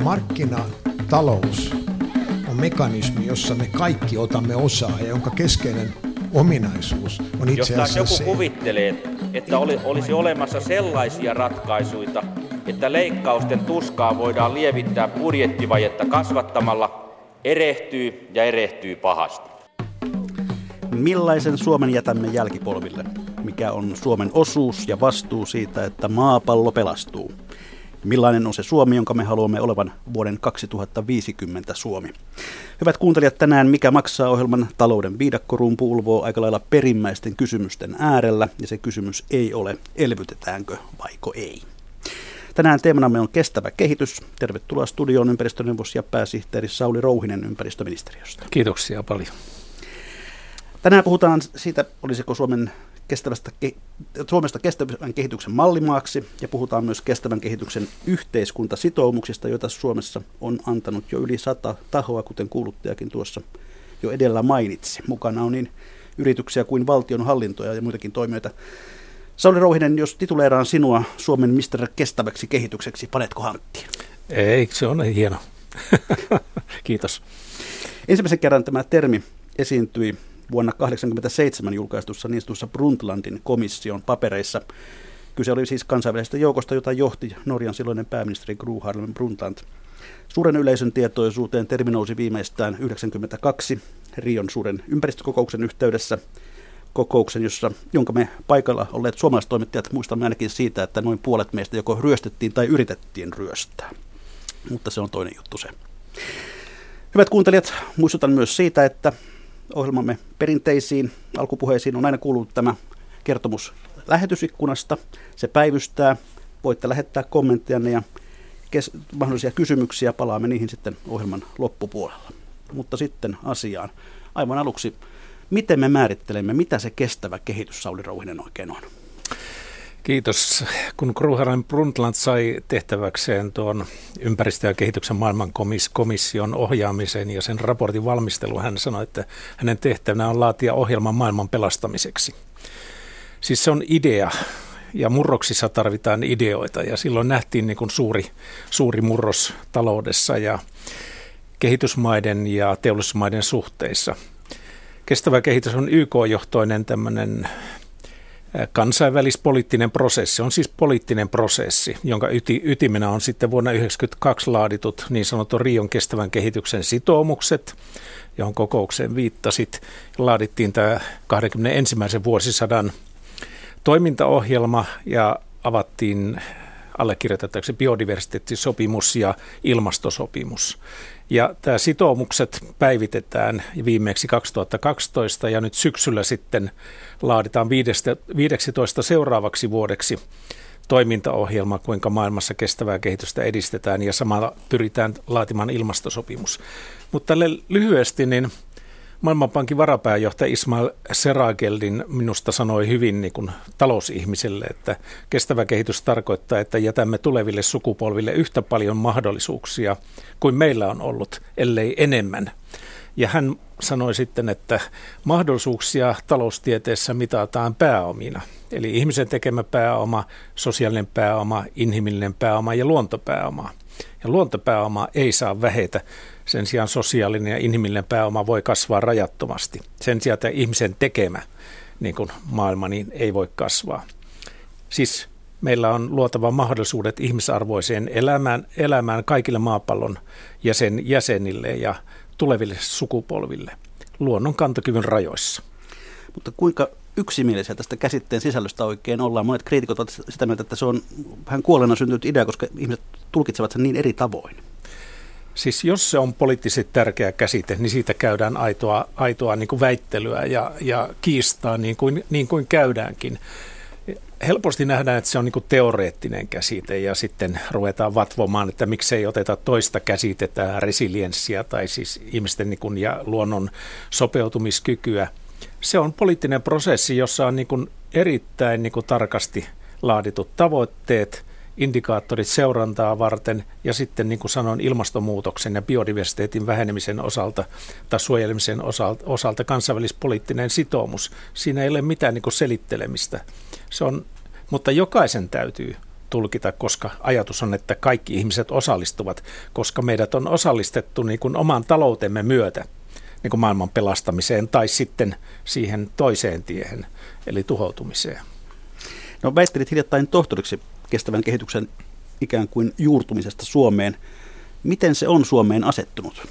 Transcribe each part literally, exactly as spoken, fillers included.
Markkinatalous on mekanismi, jossa me kaikki otamme osaa ja jonka keskeinen ominaisuus on itse asiassa Jos se. joku kuvittelee, että oli, olisi olemassa sellaisia ratkaisuja, että leikkausten tuskaa voidaan lievittää budjettivajetta kasvattamalla, erehtyy ja erehtyy pahasti. Millaisen Suomen jätämme jälkipolville? Mikä on Suomen osuus ja vastuu siitä, että maapallo pelastuu? Millainen on se Suomi, jonka me haluamme olevan vuoden kaksituhattaviisikymmentä Suomi? Hyvät kuuntelijat, tänään Mikä maksaa -ohjelman talouden viidakkorumpu ulvoo aika lailla perimmäisten kysymysten äärellä, ja se kysymys ei ole, elvytetäänkö vaiko ei. Tänään teemanamme on kestävä kehitys. Tervetuloa studioon ympäristöneuvos ja pääsihteeri Sauli Rouhinen ympäristöministeriöstä. Kiitoksia paljon. Tänään puhutaan siitä, olisiko Suomen kestävästä, Suomesta kestävän kehityksen mallimaaksi, ja puhutaan myös kestävän kehityksen yhteiskuntasitoumuksista, joita Suomessa on antanut jo yli sata tahoa, kuten kuuluttajakin tuossa jo edellä mainitsi. Mukana on niin yrityksiä kuin valtionhallintoja ja muitakin toimijoita. Sauli Rouhinen, jos tituleeraan sinua Suomen mister kestäväksi kehitykseksi, panetko hanttiin? Ei, se on hieno. Kiitos. Ensimmäisen kerran tämä termi esiintyi vuonna tuhatyhdeksänsataakahdeksankymmentäseitsemän julkaistussa niin sanotussa Brundtlandin komission papereissa. Kyse oli siis kansainvälisestä joukosta, jota johti Norjan silloinen pääministeri Gro Harlem Brundtland. Suuren yleisön tietoisuuteen termi nousi viimeistään yhdeksänkymmentäkaksi Rion suuren ympäristökokouksen yhteydessä. Kokouksen, jossa, jonka me paikalla olleet suomalaiset toimittajat muistamme ainakin siitä, että noin puolet meistä joko ryöstettiin tai yritettiin ryöstää. Mutta se on toinen juttu se. Hyvät kuuntelijat, muistutan myös siitä, että ohjelmamme perinteisiin alkupuheisiin on aina kuulunut tämä kertomus lähetysikkunasta. Se päivystää. Voitte lähettää kommenttejanne ja kes- mahdollisia kysymyksiä. Palaamme niihin sitten ohjelman loppupuolella. Mutta sitten asiaan. Aivan aluksi, miten me määrittelemme, mitä se kestävä kehitys, Sauli Rouhinen, oikein on? Kiitos. Kun Gro Harlem Brundtland sai tehtäväkseen tuon ympäristö- ja kehityksen maailmankomission ohjaamisen ja sen raportin valmistelun, hän sanoi, että hänen tehtävänä on laatia ohjelma maailman pelastamiseksi. Siis se on idea, ja murroksissa tarvitaan ideoita, ja silloin nähtiin niin kuin suuri, suuri murros taloudessa ja kehitysmaiden ja teollisuusmaiden suhteissa. Kestävä kehitys on Y K-johtoinen tämmöinen kansainvälispoliittinen prosessi. Se on siis poliittinen prosessi, jonka yti, ytimenä on sitten vuonna tuhatyhdeksänsataayhdeksänkymmentäkaksi laaditut niin sanotun Rion kestävän kehityksen sitoumukset, johon kokoukseen viittasit. Laadittiin tämä kaksikymmentäensimmäisen vuosisadan toimintaohjelma ja avattiin allekirjoitettavaksi biodiversiteettisopimus ja ilmastosopimus. Ja tämä sitoumukset päivitetään viimeksi kaksituhattakaksitoista ja nyt syksyllä sitten laaditaan viisitoista seuraavaksi vuodeksi toimintaohjelma, kuinka maailmassa kestävää kehitystä edistetään ja samalla pyritään laatimaan ilmastosopimus. Mutta tälle lyhyesti, niin Maailmanpankin varapääjohtaja Ismail Serageldin minusta sanoi hyvin niin kuin talousihmiselle, että kestävä kehitys tarkoittaa, että jätämme tuleville sukupolville yhtä paljon mahdollisuuksia kuin meillä on ollut, ellei enemmän. Ja hän sanoi sitten, että mahdollisuuksia taloustieteessä mitataan pääomina, eli ihmisen tekemä pääoma, sosiaalinen pääoma, inhimillinen pääoma ja luontopääoma. Ja luontopääoma ei saa vähetä. Sen sijaan sosiaalinen ja inhimillinen pääoma voi kasvaa rajattomasti. Sen sijaan, että ihmisen tekemä niin kuin maailma niin ei voi kasvaa. Siis meillä on luotava mahdollisuudet ihmisarvoiseen elämään, elämään kaikille maapallon jäsen, jäsenille ja tuleville sukupolville luonnon kantokyvyn rajoissa. Mutta kuinka yksimielisiä tästä käsitteen sisällöstä oikein ollaan? Monet kriitikot ovat sitä mieltä, että se on vähän kuolleena syntynyt idea, koska ihmiset tulkitsevat sen niin eri tavoin. Siis jos se on poliittisesti tärkeä käsite, niin siitä käydään aitoa, aitoa niin kuin väittelyä ja, ja kiistaa niin kuin, niin kuin käydäänkin. Helposti nähdään, että se on niin kuin teoreettinen käsite ja sitten ruvetaan vatvomaan, että miksei oteta toista käsitettä, resilienssiä tai siis ihmisten niin kuin ja luonnon sopeutumiskykyä. Se on poliittinen prosessi, jossa on niin kuin erittäin niin kuin tarkasti laaditut tavoitteet, indikaattorit seurantaa varten ja sitten niin kuin sanon ilmastonmuutoksen ja biodiversiteetin vähenemisen osalta tai suojelemisen osalta, osalta kansainvälispoliittinen sitoumus. Siinä ei ole mitään niin kuin selittelemistä. Se on, mutta jokaisen täytyy tulkita, koska ajatus on, että kaikki ihmiset osallistuvat, koska meidät on osallistettu niin kuin oman taloutemme myötä niin kuin maailman pelastamiseen tai sitten siihen toiseen tiehen, eli tuhoutumiseen. No, väittelit hiljattain tohtoriksi kestävän kehityksen ikään kuin juurtumisesta Suomeen. Miten se on Suomeen asettunut?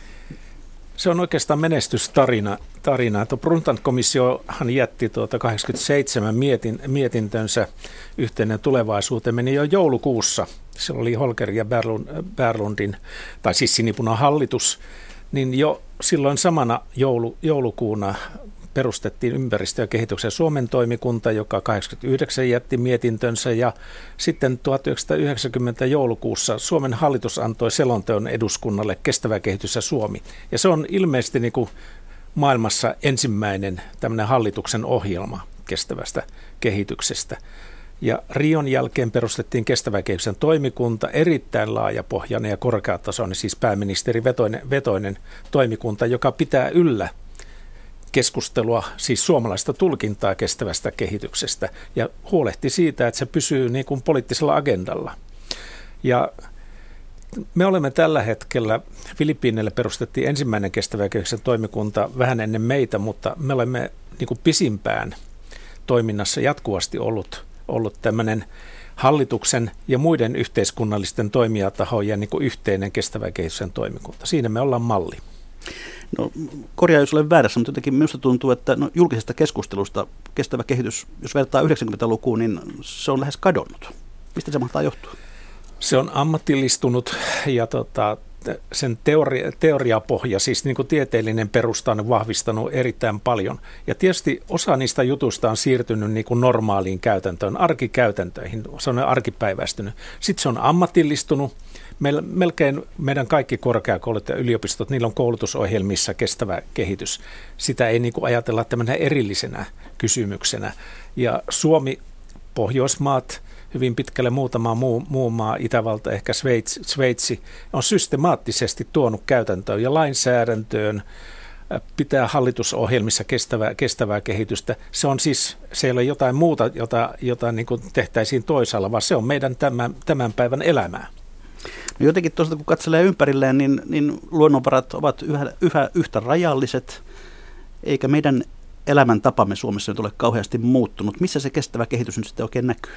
Se on oikeastaan menestystarina. Tarina. Brundtland-komissiohan jätti tuota kahdeksankymmentäseitsemän mietin, mietintönsä Yhteinen tulevaisuutemme niin jo joulukuussa. Se oli Holger ja Berlund, Berlundin, tai siis Sinipunan hallitus, niin jo silloin samana joulu, joulukuuna perustettiin ympäristö- ja kehityksen Suomen toimikunta, joka kahdeksankymmentäyhdeksän jätti mietintönsä, ja sitten tuhatyhdeksänsataayhdeksänkymmentä joulukuussa Suomen hallitus antoi selonteon eduskunnalle Kestävä kehitys ja Suomi. Ja se on ilmeisesti niin kuin maailmassa ensimmäinen tämmöinen hallituksen ohjelma kestävästä kehityksestä. Ja Rion jälkeen perustettiin kestävän kehityksen toimikunta, erittäin laajapohjainen ja korkeatasoinen, siis pääministeri vetoinen, vetoinen toimikunta, joka pitää yllä keskustelua, siis suomalaista tulkintaa kestävästä kehityksestä ja huolehti siitä, että se pysyy niin kuin poliittisella agendalla. Ja me olemme tällä hetkellä, Filippiineille perustettiin ensimmäinen kestävän kehityksen toimikunta vähän ennen meitä, mutta me olemme niin kuin pisimpään toiminnassa jatkuvasti ollut, ollut tämmöinen hallituksen ja muiden yhteiskunnallisten toimijatahojen niin kuin yhteinen kestävän kehityksen toimikunta. Siinä me ollaan malli. No, korjaa, jos olen väärässä, mutta jotenkin minusta tuntuu, että no, julkisesta keskustelusta kestävä kehitys, jos vertaa yhdeksänkymmentälukuun, niin se on lähes kadonnut. Mistä se mahtaa johtua? Se on ammatillistunut ja tota, sen teoria, teoriapohja, siis niin kuin tieteellinen perusta on vahvistanut erittäin paljon. Ja tietysti osa niistä jutuista on siirtynyt niin kuin normaaliin käytäntöön, arkikäytäntöihin, se on arkipäiväistynyt. Sitten se on ammatillistunut. Meillä, melkein meidän kaikki korkeakoulut ja yliopistot, niillä on koulutusohjelmissa kestävä kehitys. Sitä ei niin kuin ajatella tämmöinen erillisenä kysymyksenä. Ja Suomi, Pohjoismaat, hyvin pitkälle muutama muu, muu maa, Itävalta, ehkä Sveitsi, Sveitsi, on systemaattisesti tuonut käytäntöön ja lainsäädäntöön, pitää hallitusohjelmissa kestävää, kestävää kehitystä. Se on siis, se ei ole jotain muuta, jota, jota niin kuin tehtäisiin toisaalla, vaan se on meidän tämän, tämän päivän elämää. No jotenkin tuosta kun katselee ympärilleen, niin, niin luonnonvarat ovat yhä, yhä yhtä rajalliset, eikä meidän elämäntapamme Suomessa nyt ole kauheasti muuttunut. Missä se kestävä kehitys nyt sitten oikein näkyy?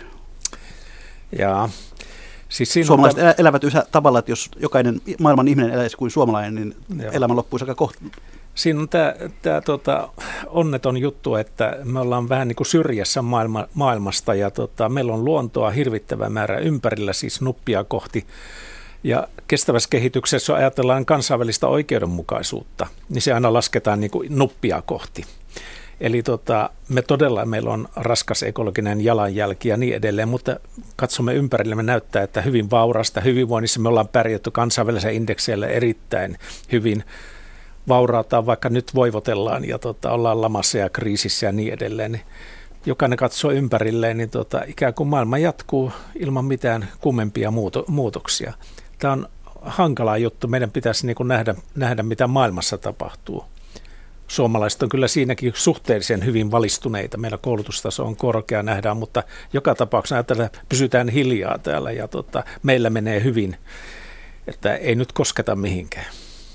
Jaa. Siis Suomalaiset tämän... elävät yhä tavalla, että jos jokainen maailman ihminen eläisi kuin suomalainen, niin Joo. elämä loppuisi aika kohta. Siinä on tämä, tämä tota, onneton juttu, että me ollaan vähän niin kuin syrjässä maailma, maailmasta ja tota, meillä on luontoa hirvittävä määrä ympärillä, siis nuppia kohti. Ja kestävässä kehityksessä ajatellaan kansainvälistä oikeudenmukaisuutta, niin se aina lasketaan niin kuin nuppia kohti. Eli tota, me todella, meillä on raskas ekologinen jalanjälki ja niin edelleen, mutta katsomme ympärille, me näyttää, että hyvin vaurasta hyvinvoinnissa me ollaan pärjätty kansainvälisellä indekseillä erittäin hyvin. Vaurautta, vaikka nyt voivotellaan ja tota, ollaan lamassa ja kriisissä ja niin edelleen. Niin jokainen katsoo ympärilleen, niin tota, ikään kuin maailma jatkuu ilman mitään kummempia muuto- muutoksia. Tämä on hankala juttu. Meidän pitäisi niin kuin nähdä, nähdä, mitä maailmassa tapahtuu. Suomalaiset on kyllä siinäkin suhteellisen hyvin valistuneita. Meillä koulutustaso on korkea, nähdään, mutta joka tapauksessa ajatellaan, että pysytään hiljaa täällä ja tota, meillä menee hyvin, että ei nyt kosketa mihinkään.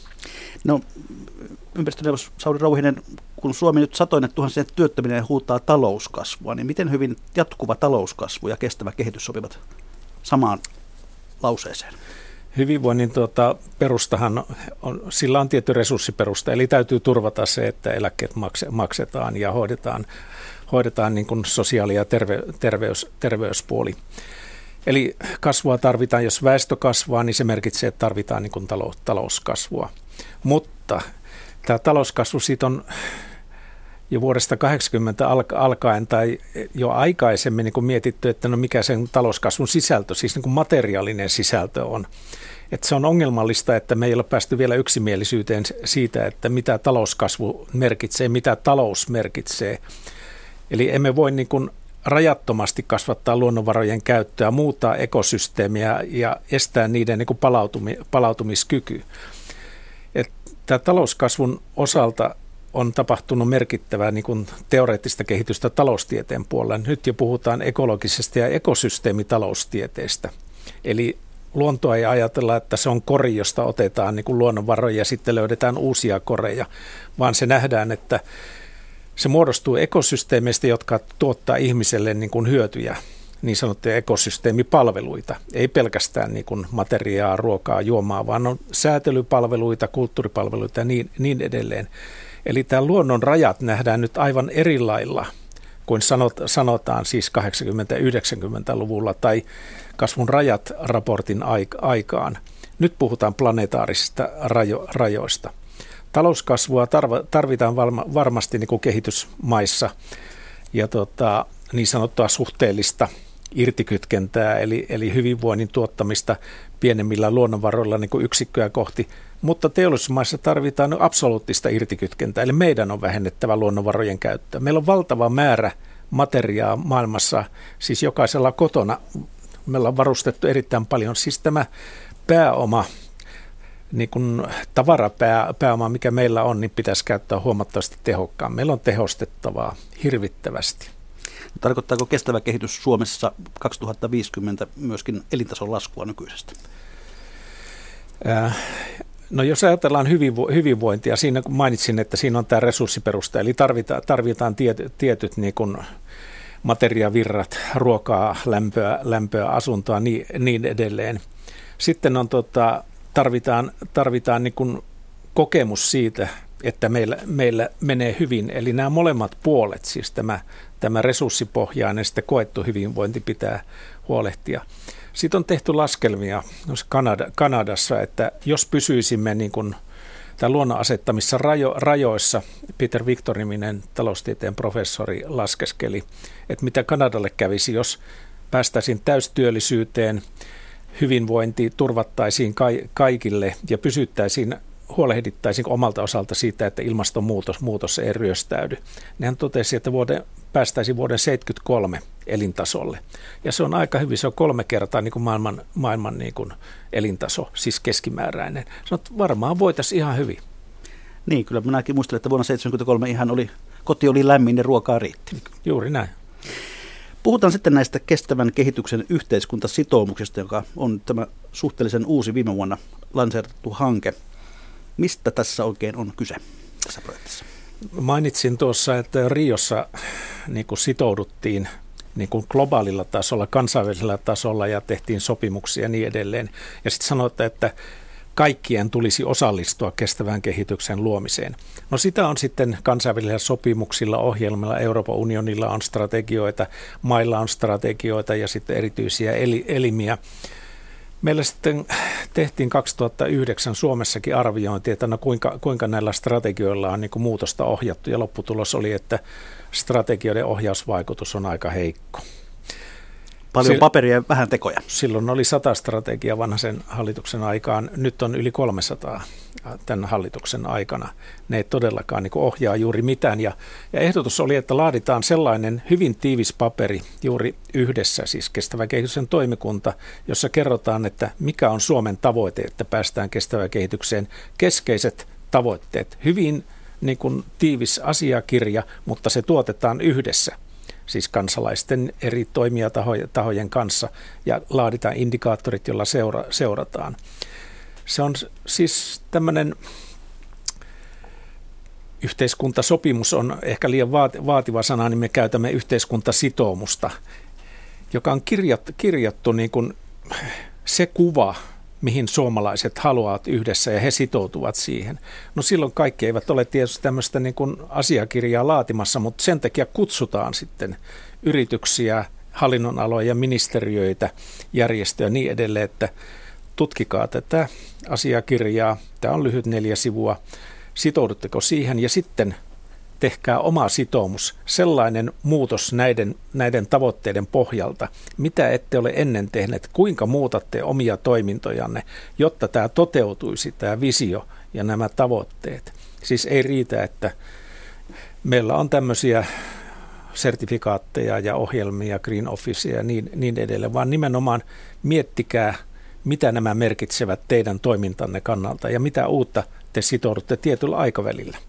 No, ympäristöneuvos Sauli Rouhinen, kun Suomi nyt satoinen tuhansien työttöminen huutaa talouskasvua, niin miten hyvin jatkuva talouskasvu ja kestävä kehitys sopivat samaan lauseeseen? Hyvinvoinnin tuota, perustahan on, sillä on tietty resurssiperusta, eli täytyy turvata se, että eläkkeet maksetaan ja hoidetaan, hoidetaan niin kuin sosiaali- ja terve, terveys, terveyspuoli. Eli kasvua tarvitaan, jos väestö kasvaa, niin se merkitsee, että tarvitaan niin kuin talous, talouskasvua. Mutta tämä talouskasvu siitä on jo vuodesta kahdeksankymmentä alkaen tai jo aikaisemmin niin kuin mietitty, että no mikä sen talouskasvun sisältö, siis niin kuin materiaalinen sisältö on. Että se on ongelmallista, että me ei ole päästy vielä yksimielisyyteen siitä, että mitä talouskasvu merkitsee, mitä talous merkitsee. Eli emme voi niin kuin rajattomasti kasvattaa luonnonvarojen käyttöä, muuttaa ekosysteemiä ja estää niiden niin kuin palautumi, palautumiskyky. Että talouskasvun osalta on tapahtunut merkittävää niin kuin teoreettista kehitystä taloustieteen puolella. Nyt jo puhutaan ekologisesta ja ekosysteemitaloustieteestä. Eli luontoa ei ajatella, että se on kori, josta otetaan niin kuin luonnonvaroja ja sitten löydetään uusia koreja, vaan se nähdään, että se muodostuu ekosysteemeistä, jotka tuottaa ihmiselle niin kuin hyötyjä, niin sanottuja ekosysteemipalveluita. Ei pelkästään niin kuin materiaa, ruokaa, juomaa, vaan on säätelypalveluita, kulttuuripalveluita ja niin, niin edelleen. Eli tämä luonnon rajat nähdään nyt aivan eri lailla kuin sanot, sanotaan siis kahdeksankymmentä-yhdeksänkymmentäluvulla tai kasvun rajat raportin aikaan. Nyt puhutaan planetaarisista rajo, rajoista. Talouskasvua tarvitaan varmasti niin kuin kehitysmaissa ja tota, niin sanottua suhteellista irtikytkentää, eli, eli hyvinvoinnin tuottamista pienemmillä luonnonvaroilla niin kuin yksikköä kohti. Mutta teollisuusmaissa tarvitaan absoluuttista irtikytkentää, eli meidän on vähennettävä luonnonvarojen käyttöä. Meillä on valtava määrä materiaa maailmassa, siis jokaisella kotona. Meillä on varustettu erittäin paljon. Siis tämä pääoma, niin kuin tavarapääoma, mikä meillä on, niin pitäisi käyttää huomattavasti tehokkaammin. Meillä on tehostettavaa hirvittävästi. Tarkoittaako kestävä kehitys Suomessa kaksituhattaviisikymmentä myöskin elintason laskua nykyisestä? Äh, no jos ajatellaan hyvinvo- hyvinvointia, siinä kun mainitsin, että siinä on tämä resurssiperusta, eli tarvitaan, tarvitaan tiety, tietyt niin kuin materiavirrat, ruokaa, lämpöä, lämpöä asuntoa, niin, niin edelleen. Sitten on, tota, tarvitaan, tarvitaan niin kuin kokemus siitä, että meillä, meillä menee hyvin. Eli nämä molemmat puolet, siis tämä, tämä resurssipohjainen sitten koettu hyvinvointi pitää huolehtia. Sitten on tehty laskelmia Kanada, Kanadassa, että jos pysyisimme niin kuin tämän luonnon asettamissa rajo, rajoissa, Peter Victor-niminen taloustieteen professori laskeskeli, että mitä Kanadalle kävisi, jos päästäisiin täystyöllisyyteen, hyvinvointi turvattaisiin kaikille ja pysyttäisiin, huolehdittaisiin omalta osalta siitä, että ilmastonmuutos muutos ei ryöstäydy. Hän totesi, että vuoden, päästäisiin vuoden seitsemänkymmentäkolme elintasolle. Ja se on aika hyvin, se on kolme kertaa niin kuin maailman, maailman niin kuin elintaso, siis keskimääräinen. Sanot, että varmaan voitaisiin ihan hyvin. Niin, kyllä minäkin muistelen, että vuonna seitsemänkymmentäkolme ihan oli, koti oli lämmin ja ruokaa riitti. Juuri näin. Puhutaan sitten näistä kestävän kehityksen yhteiskuntasitoumuksista, joka on tämä suhteellisen uusi viime vuonna lanseerattu hanke. Mistä tässä oikein on kyse tässä projektissa? Mainitsin tuossa, että Riossa niin kuin sitouduttiin niin kuin globaalilla tasolla, kansainvälisellä tasolla ja tehtiin sopimuksia ja niin edelleen. Ja sitten sanotaan, että kaikkien tulisi osallistua kestävän kehityksen luomiseen. No sitä on sitten kansainvälisillä sopimuksilla, ohjelmilla, Euroopan unionilla on strategioita, mailla on strategioita ja sitten erityisiä elimiä. Meillä sitten tehtiin kaksituhattayhdeksän Suomessakin arviointi, että no kuinka, kuinka näillä strategioilla on niin kuin muutosta ohjattu, ja lopputulos oli, että strategioiden ohjausvaikutus on aika heikko. Paljon Sil- paperia ja vähän tekoja. Silloin oli sata strategiaa vanhaisen hallituksen aikaan, nyt on yli kolmesataa tämän hallituksen aikana. Ne ei todellakaan niin kuin ohjaa juuri mitään. Ja, ja ehdotus oli, että laaditaan sellainen hyvin tiivis paperi juuri yhdessä, siis kestävän kehityksen toimikunta, jossa kerrotaan, että mikä on Suomen tavoite, että päästään kestävään kehitykseen. Keskeiset tavoitteet, hyvin niin kuin tiivis asiakirja, mutta se tuotetaan yhdessä. Siis kansalaisten eri toimijatahojen kanssa ja laaditaan indikaattorit, joilla seura- seurataan. Se on siis tämmöinen yhteiskuntasopimus on ehkä liian vaativa sana, niin me käytämme yhteiskuntasitoumusta, joka on kirjattu, kirjattu niin kuin se kuva, mihin suomalaiset haluavat yhdessä ja he sitoutuvat siihen. No silloin kaikki eivät ole tietysti tämmöistä niin kuin asiakirjaa laatimassa, mutta sen takia kutsutaan sitten yrityksiä, hallinnonaloja, ministeriöitä, järjestöjä ja niin edelleen, että tutkikaa tätä asiakirjaa. Tämä on lyhyt neljä sivua. Sitoudutteko siihen ja sitten tehkää oma sitoumus, sellainen muutos näiden, näiden tavoitteiden pohjalta, mitä ette ole ennen tehneet, kuinka muutatte omia toimintojanne, jotta tämä toteutuisi, tämä visio ja nämä tavoitteet. Siis ei riitä, että meillä on tämmöisiä sertifikaatteja ja ohjelmia, Green Officea ja niin, niin edelleen, vaan nimenomaan miettikää, mitä nämä merkitsevät teidän toimintanne kannalta ja mitä uutta te sitoudutte tietyllä aikavälillä.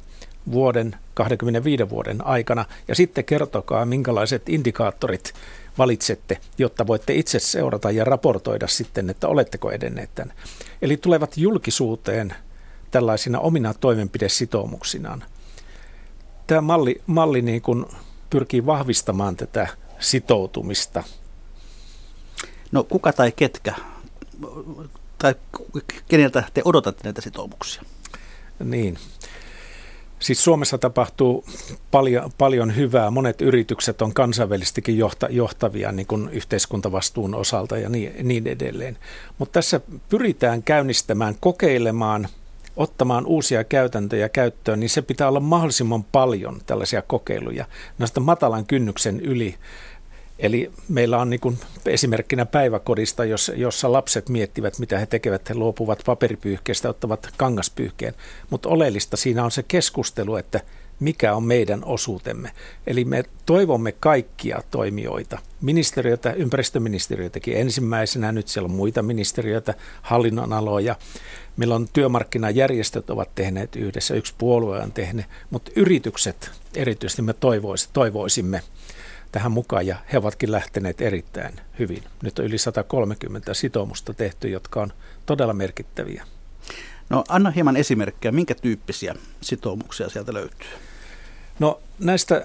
vuoden, kaksikymmentäviisi vuoden aikana ja sitten kertokaa, minkälaiset indikaattorit valitsette, jotta voitte itse seurata ja raportoida sitten, että oletteko edenneet tänne. Eli tulevat julkisuuteen tällaisina omina toimenpidesitoumuksinaan. Tämä malli, malli niin kuin pyrkii vahvistamaan tätä sitoutumista. No kuka tai ketkä, tai keneltä te odotatte näitä sitoumuksia? Niin. Siis Suomessa tapahtuu paljon, paljon hyvää. Monet yritykset on kansainvälisestikin johta, johtavia niin kuin yhteiskuntavastuun osalta ja niin, niin edelleen. Mutta tässä pyritään käynnistämään, kokeilemaan, ottamaan uusia käytäntöjä käyttöön, niin se pitää olla mahdollisimman paljon tällaisia kokeiluja näistä matalan kynnyksen yli. Eli meillä on niin kuin esimerkkinä päiväkodista, jossa lapset miettivät, mitä he tekevät. He luopuvat paperipyyhkeestä, ottavat kangaspyyhkeen. Mutta oleellista siinä on se keskustelu, että mikä on meidän osuutemme. Eli me toivomme kaikkia toimijoita, ministeriötä, ympäristöministeriötäkin ensimmäisenä. Nyt siellä on muita ministeriöitä, hallinnonaloja. Meillä on työmarkkinajärjestöt ovat tehneet yhdessä, yksi puolue on tehnyt, mutta yritykset erityisesti me toivois, toivoisimme tähän mukaan, ja he ovatkin lähteneet erittäin hyvin. Nyt on yli sata kolmekymmentä sitoumusta tehty, jotka on todella merkittäviä. No anna hieman esimerkkejä, minkä tyyppisiä sitoumuksia sieltä löytyy? No näistä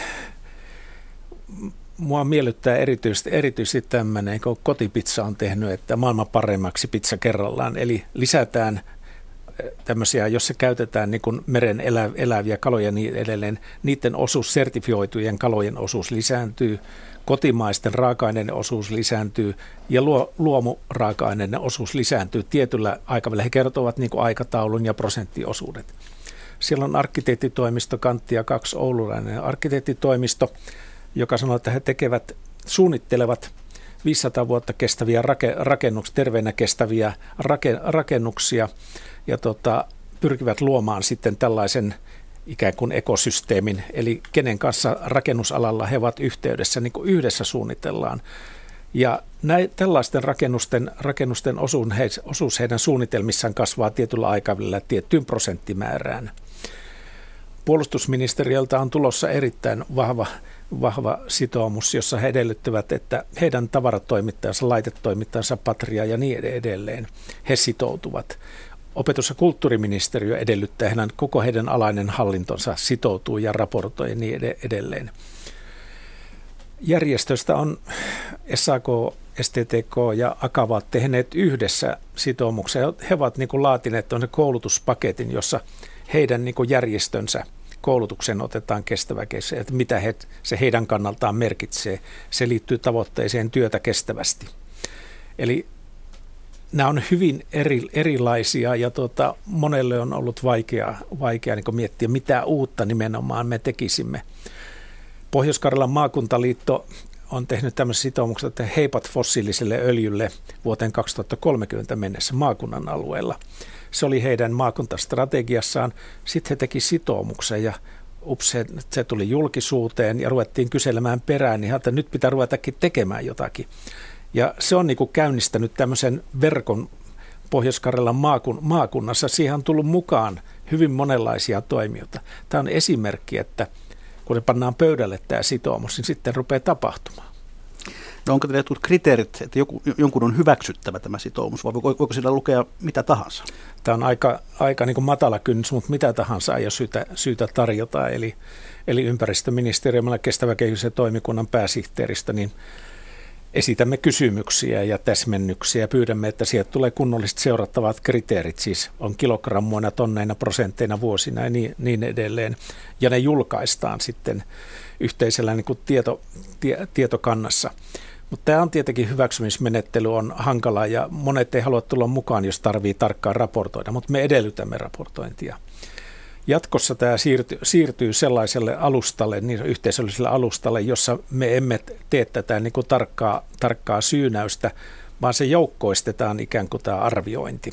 mua miellyttää erityisesti, erityisesti tämmöinen, kun Kotipizza on tehnyt, että maailman paremmaksi pizza kerrallaan, eli lisätään tämmöisiä, jos se käytetään niin kuin meren elä, eläviä kaloja niin edelleen, niiden osuus, sertifioitujen kalojen osuus lisääntyy, kotimaisten raaka-aineiden osuus lisääntyy ja luo, luomuraaka-aineiden osuus lisääntyy tietyllä aikavälillä. He kertovat niin kuin aikataulun ja prosenttiosuudet. Siellä on arkkitehtitoimisto, Kanttia kaksi oululainen arkkitehtitoimisto, joka sanoo, että he tekevät, suunnittelevat viisisataa vuotta kestäviä rakennuksia, terveenä kestäviä rakennuksia ja tota, pyrkivät luomaan sitten tällaisen ikään kuin ekosysteemin, eli kenen kanssa rakennusalalla he ovat yhteydessä, niin kuin yhdessä suunnitellaan. Ja näin, tällaisten rakennusten, rakennusten osuus, he, osuus heidän suunnitelmissaan kasvaa tietyllä aikavälillä tiettyyn prosenttimäärään. Puolustusministeriöltä on tulossa erittäin vahva, vahva sitoumus, jossa he edellyttävät, että heidän tavaratoimittajansa, laitetoimittajansa, Patria ja niin edelleen, he sitoutuvat. Opetus- ja kulttuuriministeriö edellyttää, heidän koko heidän alainen hallintonsa sitoutuu ja raportoi ja niin edelleen. Järjestöistä on S A K, S T T K ja Akava tehneet yhdessä sitoumuksia. He ovat niin kuin laatineet koulutuspaketin, jossa heidän niin kuin järjestönsä koulutuksen otetaan kestävä kestävä, että mitä he, se heidän kannaltaan merkitsee. Se liittyy tavoitteeseen työtä kestävästi. Eli nämä on hyvin eri, erilaisia ja tuota, monelle on ollut vaikea, vaikea niin kuin miettiä, mitä uutta nimenomaan me tekisimme. Pohjois-Karjalan maakuntaliitto on tehnyt tämmöisen sitoumuksen, että heipat fossiiliselle öljylle vuoteen kaksituhattakolmekymmentä mennessä maakunnan alueella. Se oli heidän maakuntastrategiassaan. Sitten he teki sitoumuksen ja ups, se, se tuli julkisuuteen ja ruvettiin kyselemään perään, niin että nyt pitää ruvetakin tekemään jotakin. Ja se on niin kuin käynnistänyt tämmöisen verkon Pohjois-Karjalan maakun, maakunnassa. Siihen on tullut mukaan hyvin monenlaisia toimijoita. Tämä on esimerkki, että kun se pannaan pöydälle tämä sitoumus, niin sitten rupeaa tapahtumaan. No onko teillä jotkut kriteerit, että joku, jonkun on hyväksyttävä tämä sitoumus, vai voiko sillä lukea mitä tahansa? Tämä on aika, aika niin kuin matala kynnys, mutta mitä tahansa ei ole syytä, syytä tarjota. Eli, eli ympäristöministeriöllä kestävä kehitys ja toimikunnan pääsihteeristä, niin esitämme kysymyksiä ja täsmennyksiä ja pyydämme, että sieltä tulee kunnolliset seurattavat kriteerit, siis on kilogrammoina, tonneina, prosentteina, vuosina ja niin, niin edelleen. Ja ne julkaistaan sitten yhteisellä niin kuin tieto, tie, tietokannassa. Mutta tämä on tietenkin hyväksymismenettely on hankala ja monet ei halua tulla mukaan, jos tarvitsee tarkkaan raportoida, mutta me edellytämme raportointia. Jatkossa tämä siirtyy, siirtyy sellaiselle alustalle, niin yhteisölliselle alustalle, jossa me emme tee tätä niin kuin tarkkaa, tarkkaa syynäystä, vaan se joukkoistetaan ikään kuin tämä arviointi.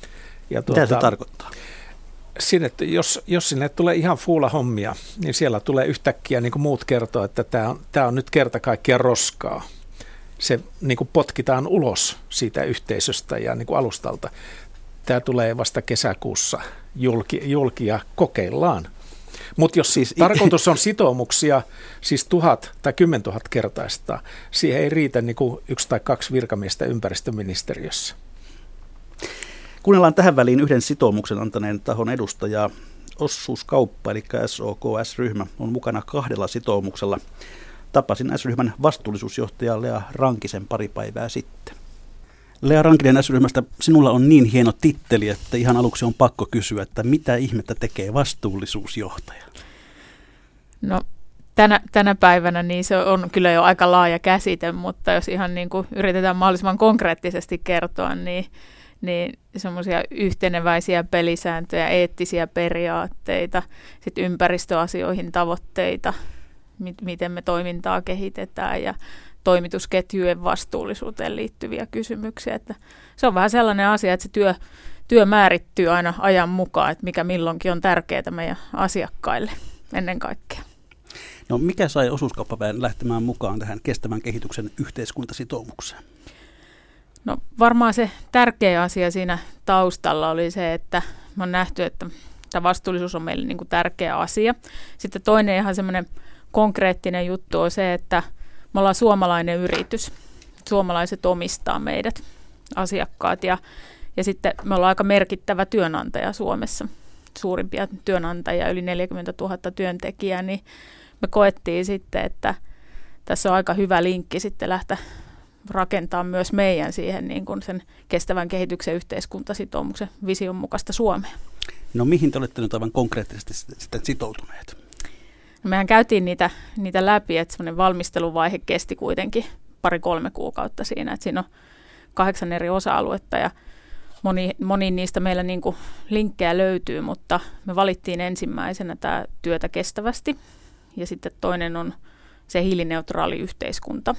Ja Mitä tuota, se tarkoittaa? Sinne, jos, jos sinne tulee ihan fuula hommia, niin siellä tulee yhtäkkiä niin kuin muut kertoo, että tämä on, tämä on nyt kerta kaikkiaan roskaa. Se niin kuin potkitaan ulos siitä yhteisöstä ja niin kuin alustalta. Tämä tulee vasta kesäkuussa julki, julki ja kokeillaan. Mutta jos siis tarkoitus on sitoumuksia, siis tuhat tai kymmentuhat kertaista, siihen ei riitä niin kuin yksi tai kaksi virkamiestä ympäristöministeriössä. Kuunnellaan tähän väliin yhden sitoumuksen antaneen tahon edustajaa. Osuuskauppa, eli S O K S-ryhmä, on mukana kahdella sitoumuksella. Tapasin S-ryhmän vastuullisuusjohtaja Lea Rankisen pari päivää sitten. Lea Rankinen S-ryhmästä, sinulla on niin hieno titteli, että ihan aluksi on pakko kysyä, että mitä ihmettä tekee vastuullisuusjohtaja? No tänä, tänä päivänä niin se on kyllä jo aika laaja käsite, mutta jos ihan niin kuin yritetään mahdollisimman konkreettisesti kertoa, niin, niin semmoisia yhteneväisiä pelisääntöjä, eettisiä periaatteita, sitten ympäristöasioihin tavoitteita, mit, miten me toimintaa kehitetään ja toimitusketjujen vastuullisuuteen liittyviä kysymyksiä. Että se on vähän sellainen asia, että se työ, työ määrittyy aina ajan mukaan, että mikä milloinkin on tärkeää meidän asiakkaille ennen kaikkea. No mikä sai osuuskauppaväen lähtemään mukaan tähän kestävän kehityksen yhteiskuntasitoumukseen? No varmaan se tärkeä asia siinä taustalla oli se, että me on nähty, että tämä vastuullisuus on meille niin kuin tärkeä asia. Sitten toinen ihan semmoinen konkreettinen juttu on se, että me ollaan suomalainen yritys. Suomalaiset omistaa meidät, asiakkaat, ja, ja sitten me ollaan aika merkittävä työnantaja Suomessa. Suurimpia työnantajia, yli neljäkymmentätuhatta työntekijää, niin me koettiin sitten, että tässä on aika hyvä linkki sitten lähteä rakentaa myös meidän siihen niin kuin sen kestävän kehityksen yhteiskuntasitoumuksen vision mukaista Suomea. No mihin te olette nyt aivan konkreettisesti sitten sitoutuneet? No, mehän käytiin niitä, niitä läpi, että semmoinen valmisteluvaihe kesti kuitenkin pari-kolme kuukautta siinä, että siinä on kahdeksan eri osa-aluetta ja moni, moni niistä meillä niin kuin linkkejä löytyy, mutta me valittiin ensimmäisenä tämä työtä kestävästi ja sitten toinen on se hiilineutraali yhteiskunta.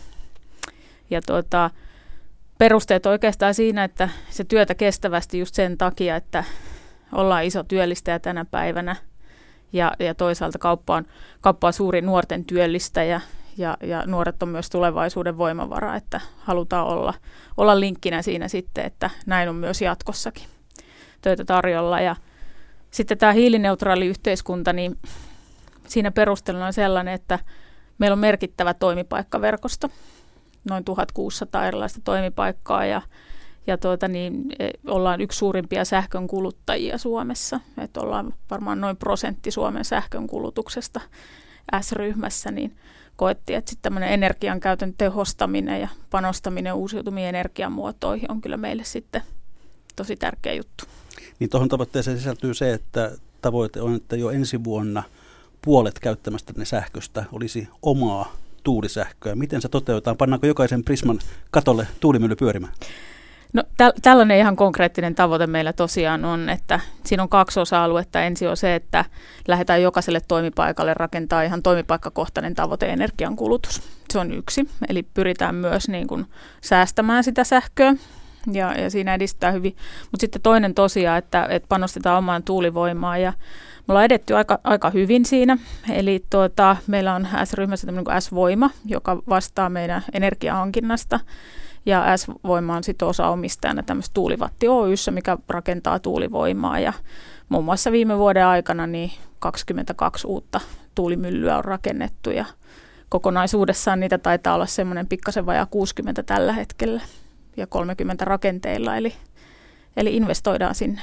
Ja tuota, perusteet oikeastaan siinä, että se työtä kestävästi just sen takia, että ollaan iso työllistäjä tänä päivänä ja, ja toisaalta kauppa on, kauppa on suuri nuorten työllistäjä ja, ja nuoret on myös tulevaisuuden voimavara, että halutaan olla, olla linkkinä siinä sitten, että näin on myös jatkossakin töitä tarjolla. Ja sitten tämä hiilineutraali yhteiskunta, niin siinä perusteluna on sellainen, että meillä on merkittävä toimipaikkaverkosto, noin tuhatkuusisataa erilaista toimipaikkaa ja, ja tuota, niin, ollaan yksi suurimpia sähkön kuluttajia Suomessa. Et ollaan varmaan noin prosentti Suomen sähkön kulutuksesta S-ryhmässä, niin koettiin, että sitten tämmöinen energiankäytön tehostaminen ja panostaminen uusiutumiin energiamuotoihin on kyllä meille sitten tosi tärkeä juttu. Niin tuohon tavoitteeseen sisältyy se, että tavoite on, että jo ensi vuonna puolet käyttämästä sähköstä olisi omaa tuulisähköä. Miten se toteutetaan? Pannaanko jokaisen Prisman katolle tuulimylly pyörimään? No täl- tällainen ihan konkreettinen tavoite meillä tosiaan on, että siinä on kaksi osa-aluetta. Ensin on se, että lähdetään jokaiselle toimipaikalle rakentaa ihan toimipaikkakohtainen tavoite energiankulutus. Se on yksi. Eli pyritään myös niin kuin säästämään sitä sähköä ja, ja siinä edistetään hyvin. Mutta sitten toinen tosiaan, että, että panostetaan omaan tuulivoimaan ja me ollaan edetty aika, aika hyvin siinä, eli tuota, meillä on S-ryhmässä tämmöinen kuin S-voima, joka vastaa meidän energiahankinnasta, ja S-voima on sitten osaomistajana tämmöistä Tuulivatti Oy:ssä, mikä rakentaa tuulivoimaa, ja muun muassa viime vuoden aikana niin kaksikymmentäkaksi uutta tuulimyllyä on rakennettu, ja kokonaisuudessaan niitä taitaa olla semmoinen pikkasen vajaa kuusikymmentä tällä hetkellä, ja kolmekymmentä rakenteilla, eli, eli investoidaan sinne.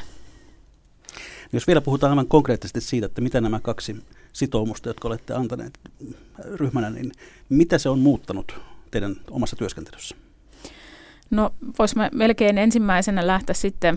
Jos vielä puhutaan aivan konkreettisesti siitä, että mitä nämä kaksi sitoumusta, jotka olette antaneet ryhmänä, niin mitä se on muuttanut teidän omassa työskentelyssä? No voisimme melkein ensimmäisenä lähteä sitten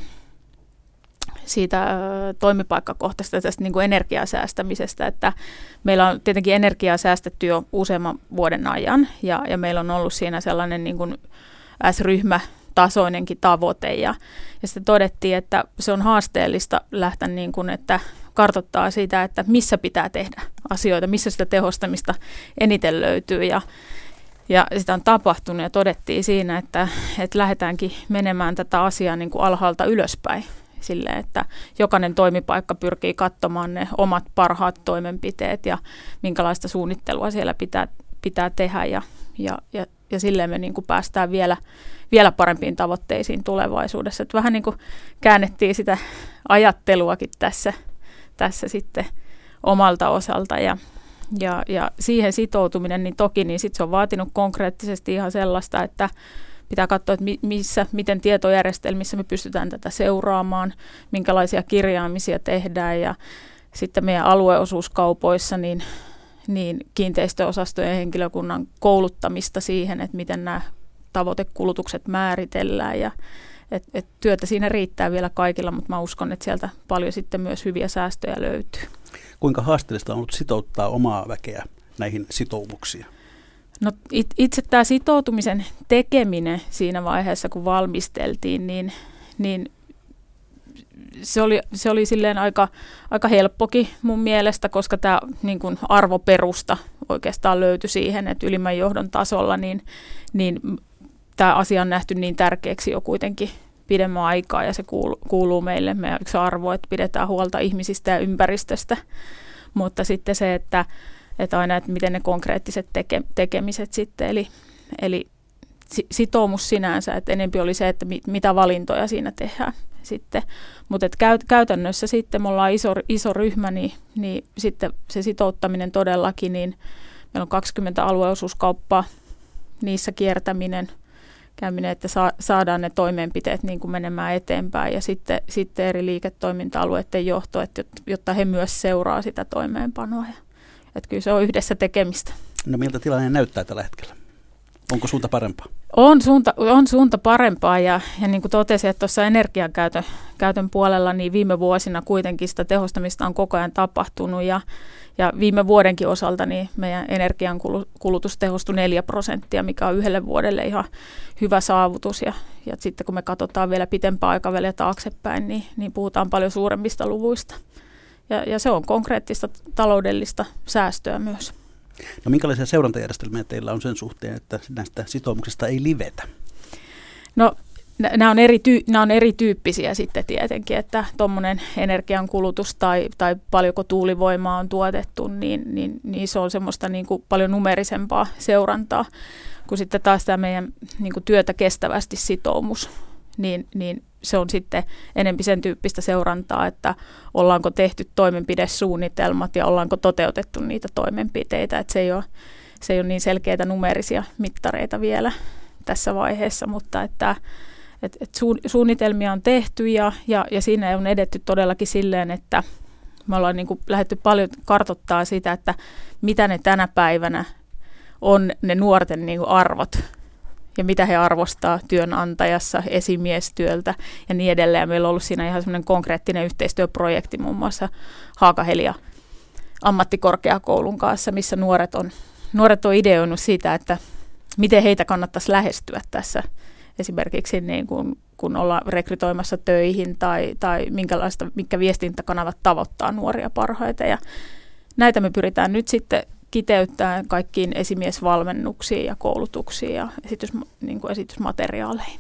siitä toimipaikkakohtaisesta tästä niin kuin energiasäästämisestä, että meillä on tietenkin energiaa säästetty jo useamman vuoden ajan ja, ja meillä on ollut siinä sellainen niin kuin S-ryhmä tasoinenkin tavoite ja, ja sitten todettiin, että se on haasteellista lähteä niin kuin, että kartoittaa sitä, että missä pitää tehdä asioita, missä sitä tehostamista eniten löytyy ja, ja sitä on tapahtunut ja todettiin siinä, että, että lähdetäänkin menemään tätä asiaa niin kuin alhaalta ylöspäin silleen, että jokainen toimipaikka pyrkii katsomaan ne omat parhaat toimenpiteet ja minkälaista suunnittelua siellä pitää, pitää tehdä ja, ja, ja Ja silleen me niin kuin päästään vielä, vielä parempiin tavoitteisiin tulevaisuudessa. Että vähän niin kuin käännettiin sitä ajatteluakin tässä, tässä sitten omalta osalta ja, ja, ja siihen sitoutuminen, niin toki niin sit se on vaatinut konkreettisesti ihan sellaista, että pitää katsoa, että missä, miten tietojärjestelmissä me pystytään tätä seuraamaan, minkälaisia kirjaamisia tehdään ja sitten meidän alueosuuskaupoissa niin, niin kiinteistöosastojen henkilökunnan kouluttamista siihen, että miten nämä tavoitekulutukset määritellään ja et, et työtä siinä riittää vielä kaikilla, mutta mä uskon, että sieltä paljon sitten myös hyviä säästöjä löytyy. Kuinka haasteellista on ollut sitouttaa omaa väkeä näihin sitoumuksiin? No it, itse tämä sitoutumisen tekeminen siinä vaiheessa, kun valmisteltiin, niin, niin se oli, se oli silleen aika, aika helppokin mun mielestä, koska tämä niin kuin arvoperusta oikeastaan löytyi siihen, että ylimmän johdon tasolla niin, niin tämä asia on nähty niin tärkeäksi jo kuitenkin pidemmän aikaa ja se kuuluu, kuuluu meille. Meidän yksi arvo, että pidetään huolta ihmisistä ja ympäristöstä, mutta sitten se, että, että aina, että miten ne konkreettiset teke, tekemiset sitten, eli, eli sitoumus sinänsä, että enempi oli se, että mit, mitä valintoja siinä tehdään sitten. Mutta käytännössä sitten me ollaan iso, iso ryhmä, niin, niin sitten se sitouttaminen todellakin, niin meillä on kaksikymmentä alueosuuskauppaa, niissä kiertäminen, käyminen, että sa, saadaan ne toimenpiteet niin kuin menemään eteenpäin ja sitten, sitten eri liiketoiminta-alueiden johto, että, jotta he myös seuraa sitä toimeenpanoa. Että kyllä se on yhdessä tekemistä. No miltä tilanne näyttää tällä hetkellä? Onko suunta parempaa? On suunta, on suunta parempaa ja, ja niin kuin totesin, että tuossa energiankäytön käytön puolella niin viime vuosina kuitenkin sitä tehostamista on koko ajan tapahtunut ja, ja viime vuodenkin osalta niin meidän energiankulutus tehostui neljä prosenttia, mikä on yhdelle vuodelle ihan hyvä saavutus ja, ja sitten kun me katsotaan vielä pitempää aikaväliä taaksepäin, niin, niin puhutaan paljon suuremmista luvuista ja, ja se on konkreettista taloudellista säästöä myös. No minkälaisia seurantajärjestelmiä teillä on sen suhteen, että näistä sitoumuksista ei livetä? No nämä on, eri tyy- nämä on erityyppisiä sitten tietenkin, että tuommoinen energiankulutus tai, tai paljonko tuulivoimaa on tuotettu, niin, niin, niin se on semmoista niin kuin paljon numerisempaa seurantaa, kun sitten taas tämä meidän niin kuin työtä kestävästi sitoumus, niin, niin se on sitten enemmän sen tyyppistä seurantaa, että ollaanko tehty toimenpidesuunnitelmat ja ollaanko toteutettu niitä toimenpiteitä. Että se ei ole, se ei ole niin selkeitä numeerisia mittareita vielä tässä vaiheessa, mutta että, että, että suunnitelmia on tehty ja, ja, ja siinä on edetty todellakin silleen, että me ollaan niin kuin lähdetty paljon kartoittaa sitä, että mitä ne tänä päivänä on ne nuorten niin kuin arvot. Ja mitä he arvostaa työnantajassa, esimiestyöltä ja niin edelleen. Meillä on ollut siinä ihan semmoinen konkreettinen yhteistyöprojekti muun muassa Haakahelia ammattikorkeakoulun kanssa, missä nuoret on, nuoret on ideoinut siitä, että miten heitä kannattaisi lähestyä tässä esimerkiksi niin kun, kun ollaan rekrytoimassa töihin tai, tai minkälaista, mitkä viestintäkanavat tavoittaa nuoria parhaiten. Ja näitä me pyritään nyt sitten kiteyttää kaikkiin esimiesvalmennuksiin ja koulutuksiin ja esitys, niin kuin esitysmateriaaleihin.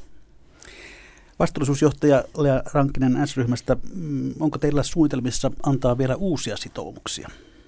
Vastuullisuusjohtaja Lea Rankinen S-ryhmästä, onko teillä suunnitelmissa antaa vielä uusia sitoumuksia?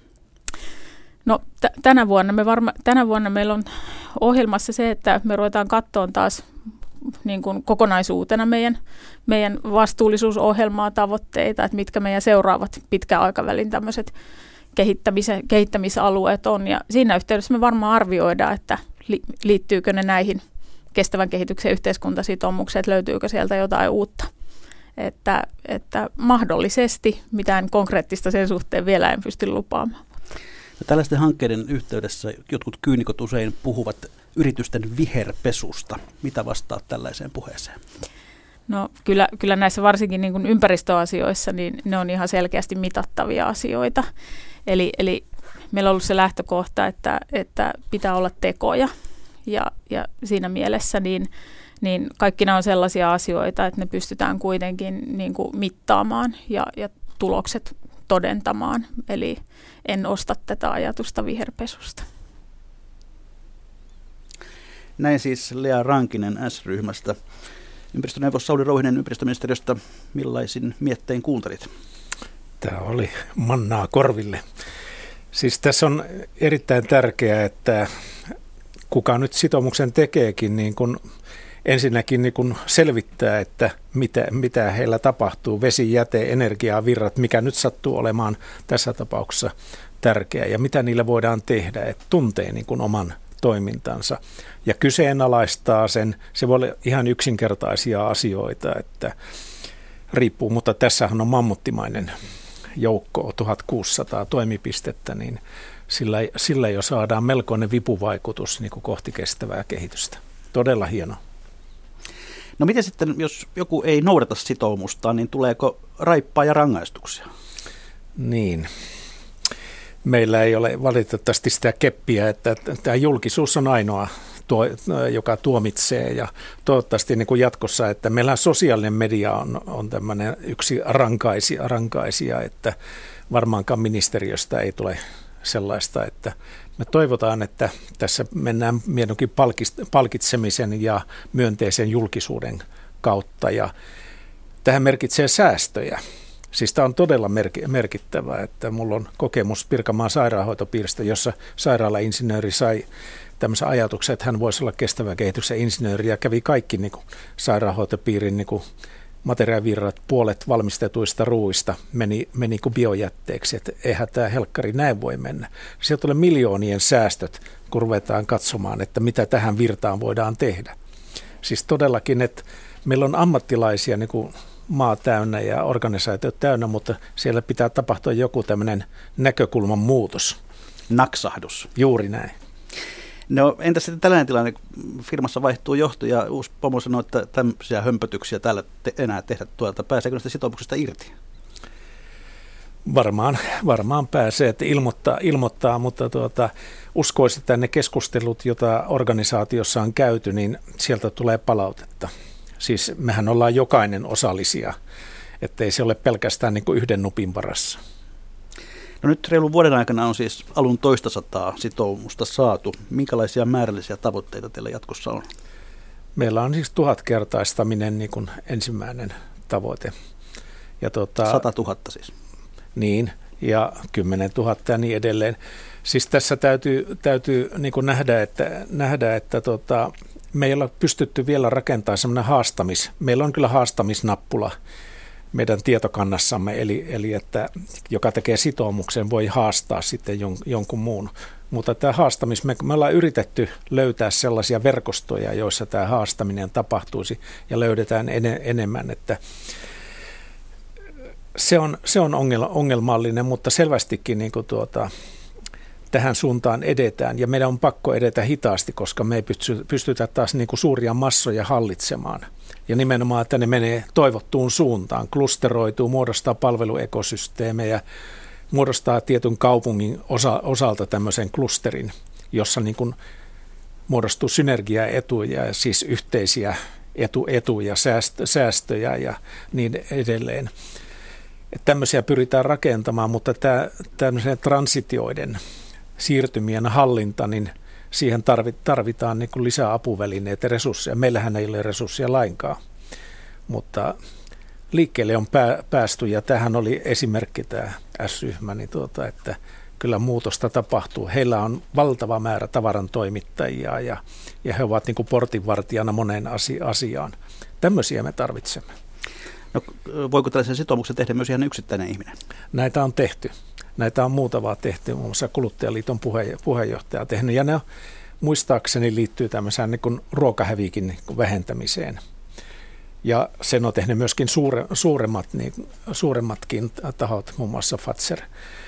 No t- tänä, vuonna me varma, tänä vuonna meillä on ohjelmassa se, että me ruvetaan katsoa taas niin kuin kokonaisuutena meidän, meidän vastuullisuusohjelmaa, tavoitteita, että mitkä meidän seuraavat pitkän aikavälin tämmöiset kehittämisalueet on. Ja siinä yhteydessä me varmaan arvioidaan, että li, liittyykö ne näihin kestävän kehityksen yhteiskuntasitoumukseen, että löytyykö sieltä jotain uutta. Että, että mahdollisesti mitään konkreettista sen suhteen vielä en pysty lupaamaan. No, tällaisten hankkeiden yhteydessä jotkut kyynikot usein puhuvat yritysten viherpesusta. Mitä vastaat tällaiseen puheeseen? No kyllä, kyllä näissä varsinkin niin kuin ympäristöasioissa niin ne on ihan selkeästi mitattavia asioita. Eli, eli meillä on ollut se lähtökohta, että, että pitää olla tekoja ja, ja siinä mielessä niin, niin kaikki nämä on sellaisia asioita, että ne pystytään kuitenkin niin kuin mittaamaan ja, ja tulokset todentamaan. Eli en osta tätä ajatusta viherpesusta. Näin siis Lea Rankinen S-ryhmästä. Ympäristöneuvos Sauli Rouhinen ympäristöministeriöstä, millaisin miettein kuuntelit? Tämä oli mannaa korville. Siis tässä on erittäin tärkeää, että kuka nyt sitoumuksen tekeekin, niin kun ensinnäkin niin kuin selvittää, että mitä, mitä heillä tapahtuu, vesi, jäte, energiaa, virrat, mikä nyt sattuu olemaan tässä tapauksessa tärkeää ja mitä niillä voidaan tehdä, että tuntee niin kuin oman toimintansa ja kyseenalaistaa sen. Se voi olla ihan yksinkertaisia asioita, että riippuu, mutta tässähän on mammuttimainen joukko, tuhatkuusisataa toimipistettä, niin sillä, sillä jo saadaan melkoinen vipuvaikutus niin kuin kohti kestävää kehitystä. Todella hieno. No miten sitten, jos joku ei noudata sitoumustaan, niin tuleeko raippaa ja rangaistuksia? Niin. Meillä ei ole valitettavasti sitä keppiä, että tämä julkisuus on ainoa, tuo, joka tuomitsee ja toivottavasti niin kuin jatkossa, että meillä sosiaalinen media on, on tämmöinen yksi rankaisia, rankaisia, että varmaankaan ministeriöstä ei tule sellaista, että me toivotaan, että tässä mennään mieluummin palkitsemisen ja myönteisen julkisuuden kautta ja tähän merkitsee säästöjä. Siis tämä on todella merkittävää, että mulla on kokemus Pirkanmaan sairaanhoitopiiristä, jossa sairaalainsinööri sai tämmöisen ajatuksen, että hän voisi olla kestävän kehityksen insinööri ja kävi kaikki niin kuin sairaanhoitopiirin niin kuin materiaalivirrat, puolet valmistetuista ruuista meni, meni kuin biojätteeksi, että eihän tämä helkkari näin voi mennä. Sieltä tulee miljoonien säästöt, kun ruvetaan katsomaan, että mitä tähän virtaan voidaan tehdä. Siis todellakin, että meillä on ammattilaisia niin kuin maa täynnä ja organisaatiot täynnä, mutta siellä pitää tapahtua joku tämmöinen näkökulman muutos. Naksahdus. Juuri näin. No entäs sitten tällainen tilanne, firmassa vaihtuu johto ja uusi pomo sanoo, että tämmöisiä hömpötyksiä täällä te- enää tehdä tuolta. Pääseekö näistä sitoumuksista irti? Varmaan, varmaan pääsee, että ilmoittaa, ilmoittaa mutta tuota, uskoisin, että ne keskustelut, joita organisaatiossa on käyty, niin sieltä tulee palautetta. Siis mehän ollaan jokainen osallisia, ettei se ole pelkästään niin kuin yhden nupin varassa. No nyt reilun vuoden aikana on siis alun toista sataa sitoumusta saatu. Minkälaisia määrällisiä tavoitteita teillä jatkossa on? Meillä on siis tuhatkertaistaminen niin kuin ensimmäinen tavoite. Ja tuota, Sata tuhatta siis. Niin, ja kymmenen tuhatta ja niin edelleen. Siis tässä täytyy, täytyy niin kuin nähdä, että, nähdä, että tota, me ei ole pystytty vielä rakentamaan semmoinen haastamis. Meillä on kyllä haastamisnappula meidän tietokannassamme, eli, eli että joka tekee sitoumuksen, voi haastaa sitten jon, jonkun muun. Mutta tämä haastamis, me, me ollaan yritetty löytää sellaisia verkostoja, joissa tämä haastaminen tapahtuisi ja löydetään ene, enemmän, että se on, se on ongelmallinen, mutta selvästikin niin kuin tuota, tähän suuntaan edetään ja meidän on pakko edetä hitaasti, koska me ei pystytä taas niin kuin suuria massoja hallitsemaan. Ja nimenomaan, että ne menee toivottuun suuntaan, klusteroituu, muodostaa palveluekosysteemejä, muodostaa tietyn kaupungin osa, osalta tämmöisen klusterin, jossa niin kuin muodostuu synergiaetuja, siis yhteisiä etu, etuja, säästö, säästöjä ja niin edelleen. Että tämmöisiä pyritään rakentamaan, mutta tämä tämmöisen transitioiden siirtymien hallinta, niin siihen tarvitaan niin kuin lisää apuvälineitä ja resursseja. Meillähän ei ole resursseja lainkaan, mutta liikkeelle on päästy ja tämähän oli esimerkki tämä S-ryhmä, niin tuota, että kyllä muutosta tapahtuu. Heillä on valtava määrä tavarantoimittajia ja, ja he ovat niin kuin portinvartijana moneen asiaan. Tämmöisiä me tarvitsemme. No, voiko tällaisen sitoumuksen tehdä myös ihan yksittäinen ihminen? Näitä on tehty. Näitä on muutavaa tehty, muun muassa Kuluttajaliiton puheenjohtaja tehnyt, ja ne muistaakseni liittyy tämmöiseen niin kuin ruokahävikin niin kuin vähentämiseen. Ja sen on tehnyt myöskin suure, suuremmat, niin, suuremmatkin tahot, muun muassa Fazer.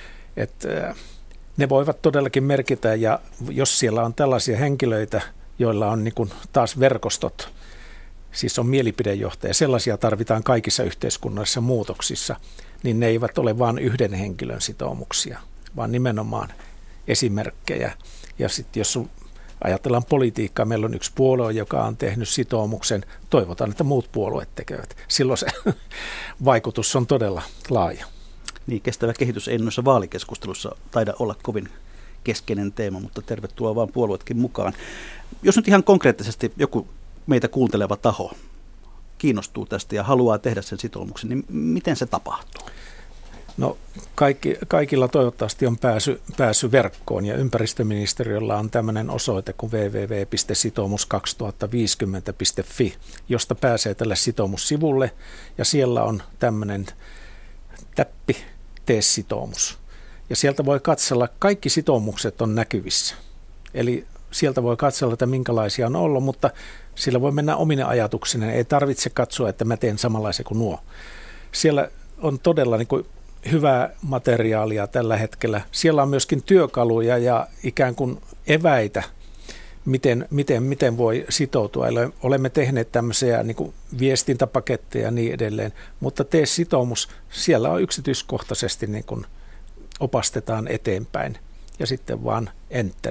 Että ne voivat todellakin merkitä, ja jos siellä on tällaisia henkilöitä, joilla on niin kuin taas verkostot, siis on mielipidejohtaja, sellaisia tarvitaan kaikissa yhteiskunnallisissa muutoksissa, niin ne eivät ole vain yhden henkilön sitoumuksia, vaan nimenomaan esimerkkejä. Ja sitten jos ajatellaan politiikkaa, meillä on yksi puolue, joka on tehnyt sitoumuksen, toivotaan, että muut puolueet tekevät. Silloin se vaikutus on todella laaja. Niin, kestävä kehitys ei noissa vaalikeskustelussa taida olla kovin keskeinen teema, mutta tervetuloa vaan puolueetkin mukaan. Jos nyt ihan konkreettisesti joku meitä kuunteleva taho kiinnostuu tästä ja haluaa tehdä sen sitoumuksen, niin miten se tapahtuu? No kaikki, kaikilla toivottavasti on pääsy, pääsy verkkoon ja ympäristöministeriöllä on tämmöinen osoite kuin double-u double-u double-u piste sitoumus kaksituhattaviisikymmentä piste f i, josta pääsee tälle sitoumussivulle ja siellä on tämmöinen täppi, tee sitoumus. Ja sieltä voi katsella, kaikki sitoumukset on näkyvissä. Eli sieltä voi katsella, että minkälaisia on ollut, mutta sillä voi mennä omine ajatuksineen. Ei tarvitse katsoa, että mä teen samanlaisia kuin nuo. Siellä on todella niin kuin hyvää materiaalia tällä hetkellä. Siellä on myöskin työkaluja ja ikään kuin eväitä, miten, miten, miten voi sitoutua. Eli olemme tehneet tämmöisiä niin kuin viestintäpaketteja ja niin edelleen, mutta tee sitoumus, siellä on yksityiskohtaisesti niin kuin opastetaan eteenpäin ja sitten vaan enter.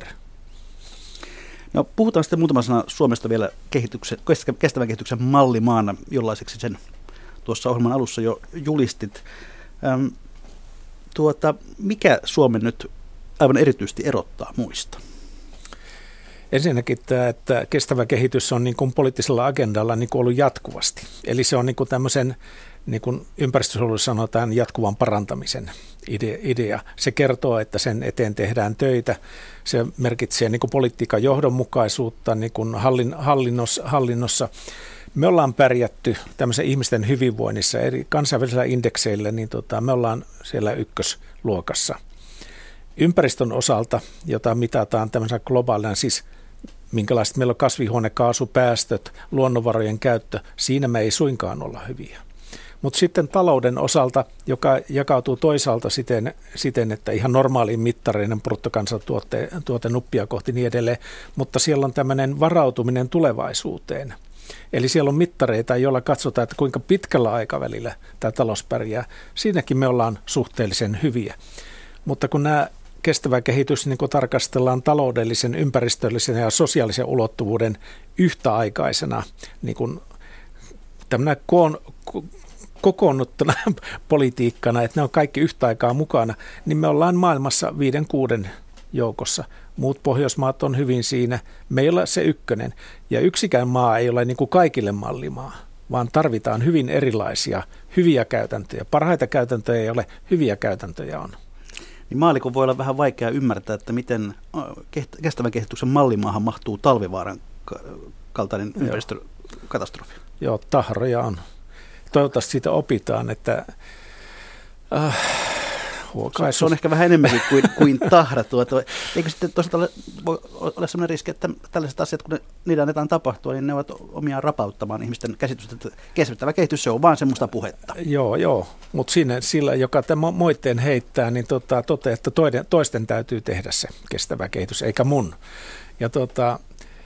No, puhutaan sitten muutama sana Suomesta vielä kehityksen, kestävän kehityksen mallimaana, jollaiseksi sen tuossa ohjelman alussa jo julistit. Ähm, tuota, mikä Suomen nyt aivan erityisesti erottaa muista? Ensinnäkin tämä, että kestävä kehitys on niin kuin poliittisella agendalla niin kuin ollut jatkuvasti. Eli se on niin kuin tämmöisen, niin kuin ympäristösuojelussa sanotaan, jatkuvan parantamisen idea. Se kertoo, että sen eteen tehdään töitä. Se merkitsee niin kuin politiikan johdonmukaisuutta niin kuin hallin, hallinnossa, hallinnossa. Me ollaan pärjätty tämmöisen ihmisten hyvinvoinnissa eri kansainvälisillä indekseillä, niin tota, me ollaan siellä ykkösluokassa. Ympäristön osalta, jota mitataan tämmöisenä globaalina, siis minkälaiset meillä on kasvihuonekaasupäästöt, luonnonvarojen käyttö, siinä me ei suinkaan olla hyviä. Mutta sitten talouden osalta, joka jakautuu toisaalta siten, siten että ihan normaaliin mittareinen bruttokansantuote nuppia kohti niin edelleen, mutta siellä on tämmöinen varautuminen tulevaisuuteen. Eli siellä on mittareita, joilla katsotaan, että kuinka pitkällä aikavälillä tämä talous pärjää. Siinäkin me ollaan suhteellisen hyviä. Mutta kun nämä kestävä kehitys niin kun tarkastellaan taloudellisen, ympäristöllisen ja sosiaalisen ulottuvuuden yhtäaikaisena, niin kuin tämmöinen koon, kokoonnuttuna politiikkana, että ne on kaikki yhtä aikaa mukana, niin me ollaan maailmassa viiden kuuden joukossa. Muut Pohjoismaat on hyvin siinä. Me ei ole se ykkönen. Ja yksikään maa ei ole niin kuin kaikille mallimaa, vaan tarvitaan hyvin erilaisia hyviä käytäntöjä. Parhaita käytäntöjä ei ole, hyviä käytäntöjä on. Niin maallikon voi olla vähän vaikea ymmärtää, että miten kestävän kehityksen mallimaahan mahtuu Talvivaaran kaltainen ympäristökatastrofi. Joo, tahroja on. Toivottavasti siitä opitaan, että äh, se on ehkä vähän enemmänkin kuin, kuin tahra. Tuota. Eikö sitten toisaalta voi olla sellainen riski, että tällaiset asiat, kun ne, niitä annetaan tapahtua, niin ne ovat omiaan rapauttamaan ihmisten käsitystä, että kestävä kehitys, se on vaan semmoista puhetta. Joo, joo. Mutta siinä sillä, joka tämän moitteen heittää, niin tota, toteaa, että toiden, toisten täytyy tehdä se kestävä kehitys, eikä mun. Ja tota,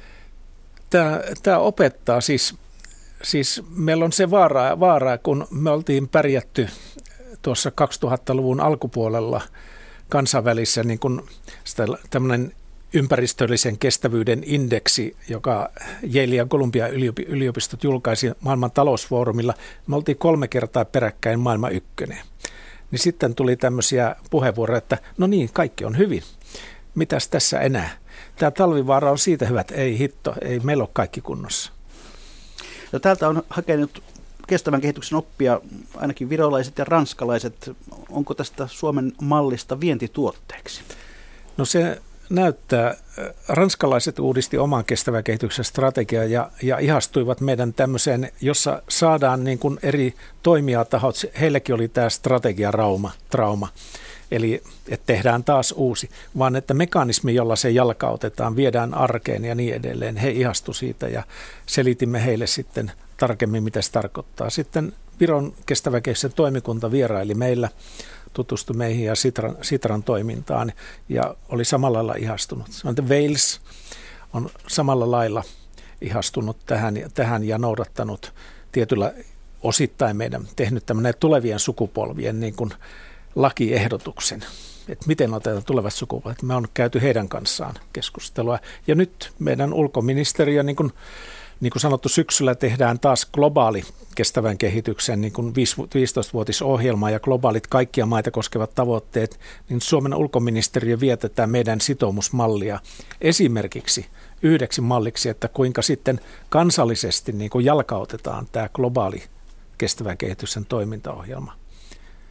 tämä opettaa siis, siis meillä on se vaara, vaara, kun me oltiin pärjätty tuossa kaksituhattaluvun alkupuolella kansainvälissä niin kuin tämmöinen ympäristöllisen kestävyyden indeksi, joka Yale ja Columbia yliopistot julkaisi maailman talousfoorumilla. Me oltiin kolme kertaa peräkkäin maailman ykkönen. Niin sitten tuli tämmöisiä puheenvuoroja, että no niin, kaikki on hyvin. Mitäs tässä enää? Tämä Talvivaara on siitä hyvä, että ei hitto, ei meillä ole kaikki kunnossa. No, täältä on hakenut kestävän kehityksen oppia ainakin virolaiset ja ranskalaiset. Onko tästä Suomen mallista vientituotteeksi? No se näyttää. Ranskalaiset uudisti oman kestävän kehityksen strategiaa ja, ja ihastuivat meidän tämmöiseen, jossa saadaan niin kuin eri toimijatahot. Heilläkin oli tämä strategiarauma, trauma. Eli että tehdään taas uusi, vaan että mekanismi, jolla se jalkautetaan, viedään arkeen ja niin edelleen. He ihastu siitä ja selitimme heille sitten tarkemmin, mitä se tarkoittaa. Sitten Viron kestävä kehityksen toimikunta vieraili meillä, tutustui meihin ja Sitran, Sitran toimintaan ja oli samalla lailla ihastunut. Wales on samalla lailla ihastunut tähän, tähän ja noudattanut tietyllä osittain meidän, tehnyt tämmöinen tulevien sukupolvien niin kuin lakiehdotuksen, että miten otetaan tulevat sukupolvet. Me on käyty heidän kanssaan keskustelua. Ja nyt meidän ulkoministeriö, niin kuin, niin kuin sanottu, syksyllä tehdään taas globaali kestävän kehityksen niin kuin viisitoistavuotisohjelma ja globaalit kaikkia maita koskevat tavoitteet, niin Suomen ulkoministeriö vie tätä meidän sitoumusmallia esimerkiksi yhdeksi malliksi, että kuinka sitten kansallisesti niin kuin jalkautetaan tämä globaali kestävän kehityksen toimintaohjelma.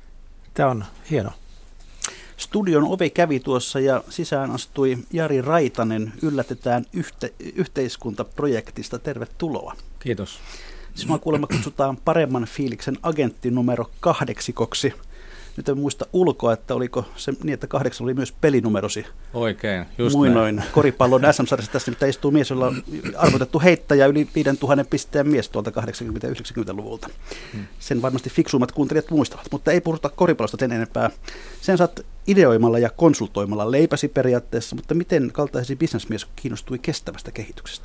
Tämä on hieno. Studion ovi kävi tuossa ja sisään astui Jari Raitanen. Yllätetään yhte, yhteiskuntaprojektista. Tervetuloa. Kiitos. Sinua kuulemma kutsutaan paremman fiiliksen agentti numero kahdeksikoksi. Nyt en muista ulkoa, että oliko se niin, että kahdeksan oli myös pelinumerosi. Oikein, just muinoin näin. Koripallon S M-sarjassa tässä mitä istuu mies, jolla on arvotettu heittäjä yli viisituhatta pisteen mies tuolta kahdeksankymmentä- ja yhdeksänkymmentäluvulta. Hmm. Sen varmasti fiksuimmat kuuntelijat muistavat, mutta ei puhuta koripallosta sen enempää. Sen saat ideoimalla ja konsultoimalla leipäsi periaatteessa, mutta miten kaltaisi bisnesmies kiinnostui kestävästä kehityksestä?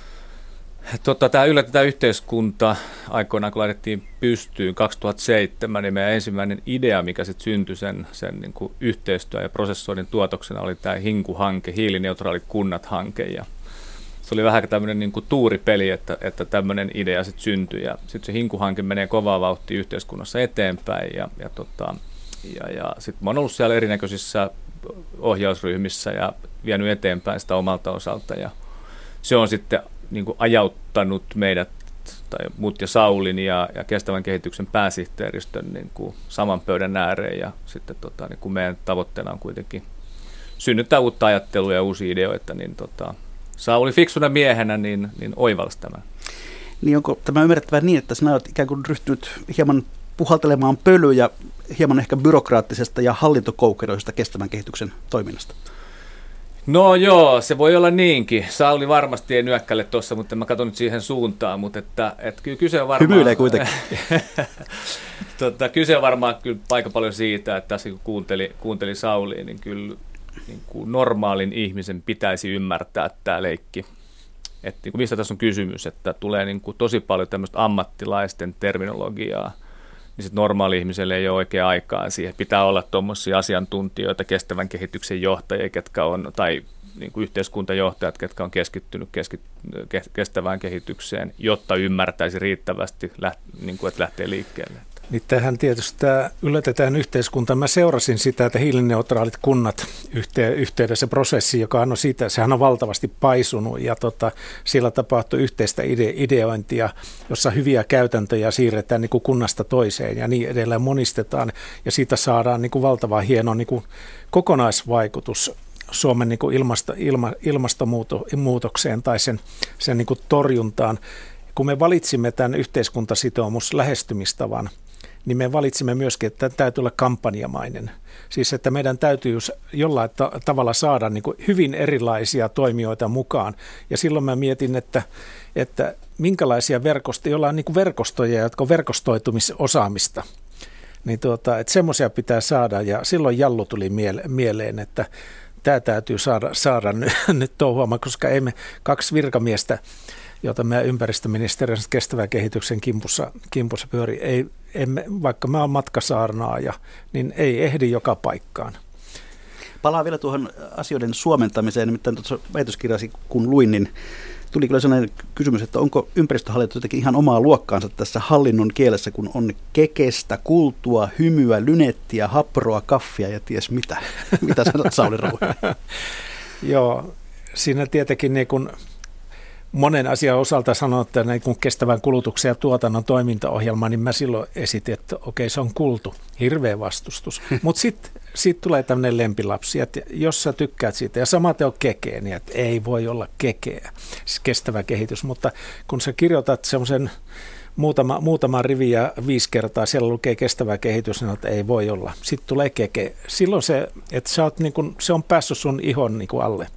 Tota, tämä yllätetään yhteiskunta aikoinaan, kun laitettiin pystyyn kaksituhattaseitsemän, niin meidän ensimmäinen idea, mikä sitten syntyi sen, sen niin kuin yhteistyö- ja prosessoinnin tuotoksena, oli tämä Hinku-hanke, hiilineutraalit kunnat-hanke. Ja se oli vähän tämmöinen niin kuin tuuripeli, että, että tämmöinen idea sitten syntyi. Ja sitten se Hinku-hanke menee kovaa vauhtia yhteiskunnassa eteenpäin. Ja, ja, tota, ja, ja sitten mä oon ollut siellä erinäköisissä ohjausryhmissä ja vienyt eteenpäin sitä omalta osalta. Ja se on sitten niin kuin ajauttanut meidät, tai mut ja Saulin ja, ja kestävän kehityksen pääsihteeristön niin kuin saman pöydän ääreen. Ja sitten tota, niin kuin meidän tavoitteena on kuitenkin synnyttää uutta ajattelua ja uusia ideoita, niin tota, Sauli fiksuna miehenä niin, niin oivalsi tämän. Niin onko tämä ymmärrettävä niin, että sinä olet ikään kuin ryhtynyt hieman puhaltelemaan pölyjä hieman ehkä byrokraattisesta ja hallintokoukeroista kestävän kehityksen toiminnasta? No joo, se voi olla niinkin. Sauli varmasti ei nyökkäile tuossa, mutta mä katson nyt siihen suuntaan, mutta että, että kyllä kyse on varmaan... Hymyilee kuitenkin. tota, kyse on varmaan kyllä aika paljon siitä, että tässä kun kuunteli, kuunteli Saulia, niin kyllä niin kuin normaalin ihmisen pitäisi ymmärtää tämä leikki. Että niin kuin mistä tässä on kysymys, että tulee niin kuin tosi paljon tämmöistä ammattilaisten terminologiaa, niin sitten normaali-ihmiselle ei ole oikea aikaa siihen. Pitää olla tuommoisia asiantuntijoita, kestävän kehityksen johtajia, ketkä on, tai niin kuin yhteiskuntajohtajat, ketkä on keskittynyt keskit, kestävään kehitykseen, jotta ymmärtäisi riittävästi, läht, niin kuin, että lähtee liikkeelle. Niin tähän tietysti tämä yllätetään yhteiskunta. Mä seurasin sitä, että hiilineutraalit kunnat yhte, yhteydessä prosessi, joka on siitä, sehän on valtavasti paisunut ja tota, siellä tapahtui yhteistä ide, ideointia, jossa hyviä käytäntöjä siirretään niin kuin kunnasta toiseen ja niin edelleen monistetaan ja siitä saadaan niin kuin valtava hieno niin kuin kokonaisvaikutus Suomen niin kuin ilmasto, ilma, ilmastonmuutokseen tai sen, sen niin kuin torjuntaan. Kun me valitsimme tämän yhteiskuntasitoumus lähestymistavan, niin me valitsimme myöskin, että täytyy olla kampanjamainen. Siis, että meidän täytyy jollain ta- tavalla saada niin kuin hyvin erilaisia toimijoita mukaan. Ja silloin mä mietin, että, että minkälaisia verkostoja, joilla on niin kuin verkostoja, jotka on verkostoitumisosaamista. Niin tuota, että semmoisia pitää saada. Ja silloin Jallu tuli miele- mieleen, että tämä täytyy saada, saada nyt, nyt touhuamaan, koska ei me kaksi virkamiestä, jota meidän ympäristöministeriön kestävän kehityksen kimpussa, kimpussa pyöri, ei, emme, vaikka mä oon matkasaarnaaja, niin ei ehdi joka paikkaan. Palaan vielä tuohon asioiden suomentamiseen, nimittäin tuossa väitöskirjasi kun luin, niin tuli kyllä sellainen kysymys, että onko ympäristöhallinto jotenkin ihan omaa luokkaansa tässä hallinnon kielessä, kun on kekestä, kultua, hymyä, lynettiä, haproa, kaffia ja ties mitä. Mitä sanot, Sauli Rauha? Joo, siinä tietenkin niin kun monen asian osalta sanoa, että niin kun kestävän kulutuksen ja tuotannon toimintaohjelma, niin mä silloin esitin, että okei, se on kultu, hirveä vastustus. Mutta sitten sit tulee tämmöinen lempilapsi, että jos sä tykkäät siitä, ja samaten on kekeä, niin että ei voi olla kekeä, siis kestävä kehitys. Mutta kun sä kirjoitat semmoisen muutama, muutama rivi ja viisi kertaa, siellä lukee kestävä kehitys, niin että ei voi olla. Sitten tulee kekeä. Silloin se, että sä oot niin kun, se on päässyt sun ihon niin kun alle.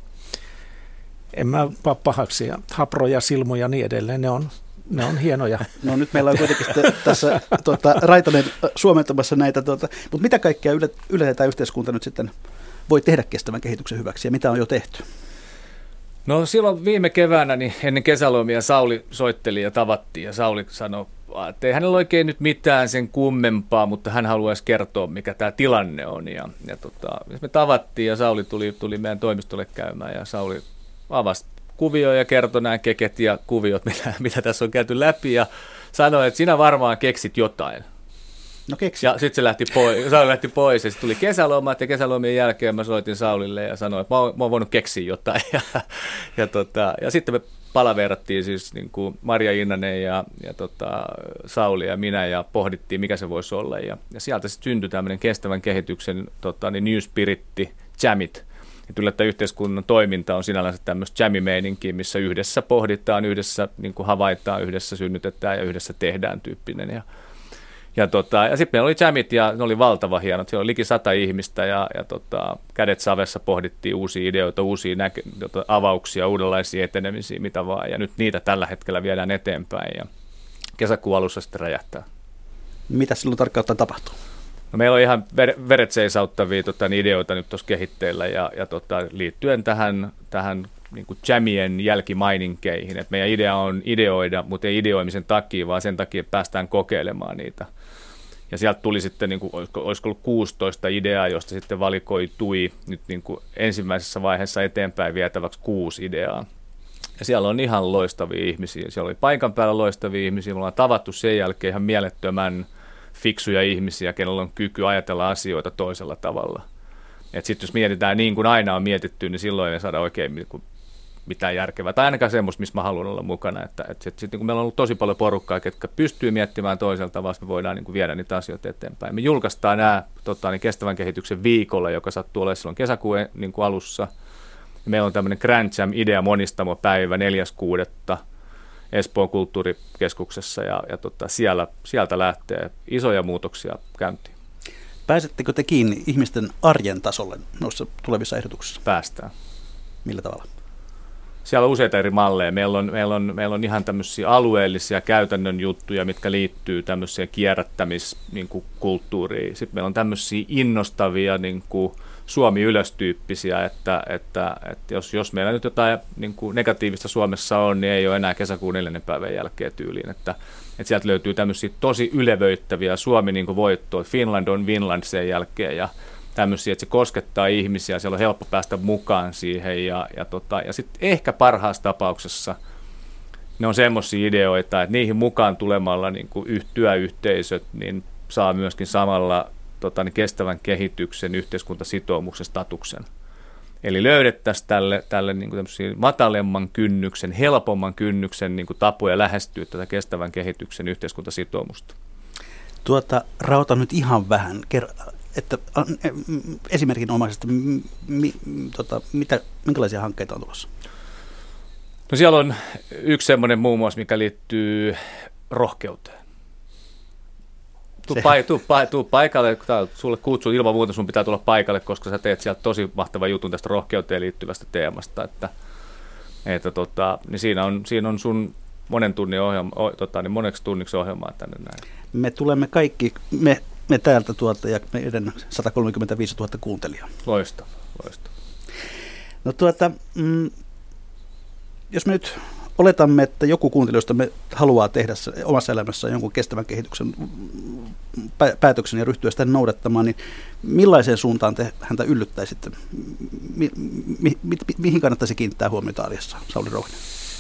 En mä vaan pahaksi. Ja haproja, silmuja ja niin edelleen, ne on, ne on hienoja. No nyt meillä on kuitenkin tässä tuota, Raitanen suomentamassa näitä, tuota, mutta mitä kaikkea yllätetään yhteiskunta nyt sitten voi tehdä kestävän kehityksen hyväksi ja mitä on jo tehty? No silloin viime keväänä niin ennen kesälomia Sauli soitteli ja tavattiin ja Sauli sanoi, että ei hänellä oikein nyt mitään sen kummempaa, mutta hän haluaisi kertoa, mikä tämä tilanne on. Ja, ja tota, me tavattiin ja Sauli tuli, tuli meidän toimistolle käymään ja Sauli avasi kuvioja ja kertoi nämä keket ja kuviot, mitä, mitä tässä on käyty läpi ja sanoi, että sinä varmaan keksit jotain. No keksi. Ja sitten se lähti pois, Sauli lähti pois ja sitten tuli kesälomat ja kesälomien jälkeen mä soitin Saulille ja sanoin, että mä oon, mä oon voinut keksiä jotain. Ja, ja, tota, ja sitten me palaverattiin siis niin kuin Marja Innanen ja, ja tota, Sauli ja minä ja pohdittiin, mikä se voisi olla. Ja, ja sieltä sitten syntyi tämmöinen kestävän kehityksen tota, niin New Spiritti, Jamit. Että yllättäen yhteiskunnan toiminta on sinällänsä tämmöistä jamimeininkiä, missä yhdessä pohditaan, yhdessä niin kuin havaitaan, yhdessä synnytetään ja yhdessä tehdään tyyppinen. Ja, ja, tota, ja sitten meillä oli jamit ja ne oli valtava hienot. Siellä oli liki sata ihmistä ja, ja tota, kädet savessa pohdittiin uusia ideoita, uusia näkö, tota, avauksia, uudenlaisia etenemisiä, mitä vaan. Ja nyt niitä tällä hetkellä viedään eteenpäin ja kesäkuun alussa sitten räjähtää. Mitä silloin tarkkaan tapahtuu? No, meillä on ihan ver- veret seisauttavia tota, ideoita nyt tuossa kehitteillä ja, ja tota, liittyen tähän, tähän niin kuin jamien jälkimaininkeihin. Et meidän idea on ideoida, mutta ei ideoimisen takia, vaan sen takia, että päästään kokeilemaan niitä. Ja sieltä tuli sitten, niin kuin, olisiko, olisiko ollut kuusitoista ideaa, josta sitten valikoitui nyt niin kuin ensimmäisessä vaiheessa eteenpäin vietäväksi kuusi ideaa. Ja siellä on ihan loistavia ihmisiä. Siellä oli paikan päällä loistavia ihmisiä. Me ollaan tavattu sen jälkeen ihan mielettömän fiksuja ihmisiä, kenellä on kyky ajatella asioita toisella tavalla. Sitten jos mietitään niin kuin aina on mietitty, niin silloin ei saada oikein mitään järkevää. Tai ainakaan semmoista, missä mä haluan olla mukana. Että, että sit, sit, niin meillä on ollut tosi paljon porukkaa, ketkä pystyy miettimään toisella tavalla, me voidaan niin kuin viedä niitä asioita eteenpäin. Me julkaistaan nämä tota, niin kestävän kehityksen viikolla, joka sattuu olemaan silloin kesäkuun niin kuin alussa. Meillä on tämmöinen Grand Jam idea monistamo päivä neljäs kuudetta Espoon kulttuurikeskuksessa ja, ja tota, siellä, sieltä lähtee isoja muutoksia käyntiin. Pääsettekö te kiinni ihmisten arjen tasolle noissa tulevissa ehdotuksissa? Päästään. Millä tavalla? Siellä on useita eri malleja. Meillä on, meillä on, meillä on ihan tämmöisiä alueellisia käytännön juttuja, mitkä liittyy tämmöiseen kierrättämiskulttuuriin. Sitten meillä on tämmöisiä innostavia niin kuin Suomi ylöstyyppisiä, että, että, että jos, jos meillä nyt jotain niin kuin negatiivista Suomessa on, niin ei ole enää kesäkuun neljännen päivän jälkeen tyyliin. Että, että sieltä löytyy tämmöisiä tosi ylevöittäviä Suomi niin kuin voittoa, Finland on Finland sen jälkeen ja tämmöisiä, että se koskettaa ihmisiä, siellä on helppo päästä mukaan siihen ja, ja, tota, ja sitten ehkä parhaassa tapauksessa ne on semmoisia ideoita, että niihin mukaan tulemalla niin kuin työyhteisöt niin saa myöskin samalla tota, niin kestävän kehityksen yhteiskuntasitoumuksen statuksen. Eli löydettäisiin tälle, tälle niin kuin matalemman kynnyksen, helpomman kynnyksen niin kuin tapoja lähestyä tätä kestävän kehityksen yhteiskuntasitoumusta. Tuota, rauta nyt ihan vähän, että esimerkinomaisesti, mi, tota, mitä, minkälaisia hankkeita on tulossa? No siellä on yksi semmoinen muun muassa, mikä liittyy rohkeuteen. Tuu, pai, tuu, pai, tuu paikalle, kun sulle kutsuu ilman muuta, sun pitää tulla paikalle, koska sä teet sieltä tosi mahtavan jutun tästä rohkeuteen liittyvästä teemasta. Että, että tota, niin siinä, on, siinä on sun monen tunnin ohjelma, o, tota, niin moneksi tunniksi ohjelmaa tänne näin. Me tulemme kaikki, me, me täältä tuolta ja meidän sata kolmekymmentäviisituhatta kuuntelijaa. Loistava, loistava. No tuota, mm, jos me nyt oletamme, että joku kuuntelijoista me haluaa tehdä omassa elämässään jonkun kestävän kehityksen päätöksen ja ryhtyä sitä noudattamaan, niin millaiseen suuntaan te häntä yllyttäisitte? Mi, mi, mi, mihin kannattaisi kiinnittää huomiota arjessa, Sauli Rouhinen?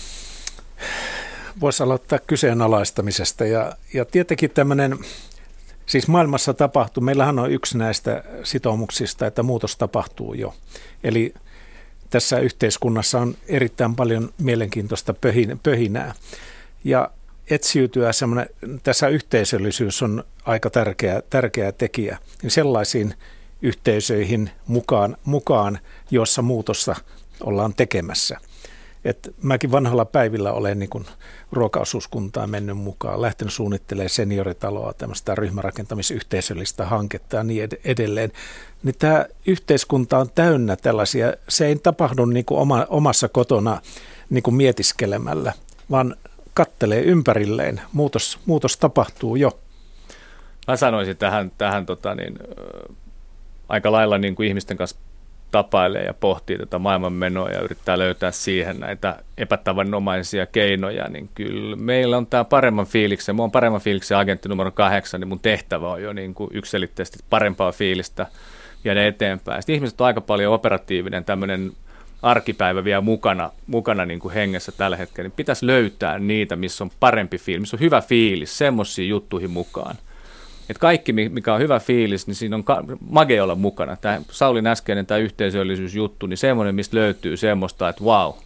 Voisi aloittaa kyseenalaistamisesta ja, ja tietenkin tämmöinen, siis maailmassa tapahtuu, meillähän on yksi näistä sitoumuksista, että muutos tapahtuu jo, eli tässä yhteiskunnassa on erittäin paljon mielenkiintoista pöhinää ja etsiytyä semmoinen, tässä yhteisöllisyys on aika tärkeä, tärkeä tekijä, niin sellaisiin yhteisöihin mukaan, mukaan, joissa muutosta ollaan tekemässä. Et mäkin vanhalla päivillä olen niin kuin ruokaosuuskuntaan mennyt mukaan, lähtenyt suunnittelemaan senioritaloa, tämmöistä ryhmärakentamisyhteisöllistä hanketta ja niin edelleen. Niin tämä yhteiskunta on täynnä tällaisia, se ei tapahdu niin kuin oma, omassa kotona niin kuin mietiskelemällä, vaan kattelee ympärilleen. Muutos, muutos tapahtuu jo. Mä sanoisin tähän, tähän tota niin, äh, aika lailla niin kuin ihmisten kanssa tapailee ja pohtii tätä maailmanmenoa ja yrittää löytää siihen näitä epätavanomaisia keinoja, niin kyllä meillä on tämä paremman fiiliksen. Mä oon paremman fiiliksen agentti numero kahdeksan, niin mun tehtävä on jo niin kuin yksiselitteisesti parempaa fiilistä viedä eteenpäin. Sitten ihmiset on aika paljon operatiivinen, tämmöinen arkipäivä vielä mukana, mukana niin kuin hengessä tällä hetkellä, niin pitäisi löytää niitä, missä on parempi fiilis, missä on hyvä fiilis, semmoisia juttuihin mukaan. Että kaikki, mikä on hyvä fiilis, niin siinä on mage olla mukana. Tämä Saulin äskeinen tämä yhteisöllisyysjuttu, niin semmoinen, mistä löytyy semmoista, että vau, wow,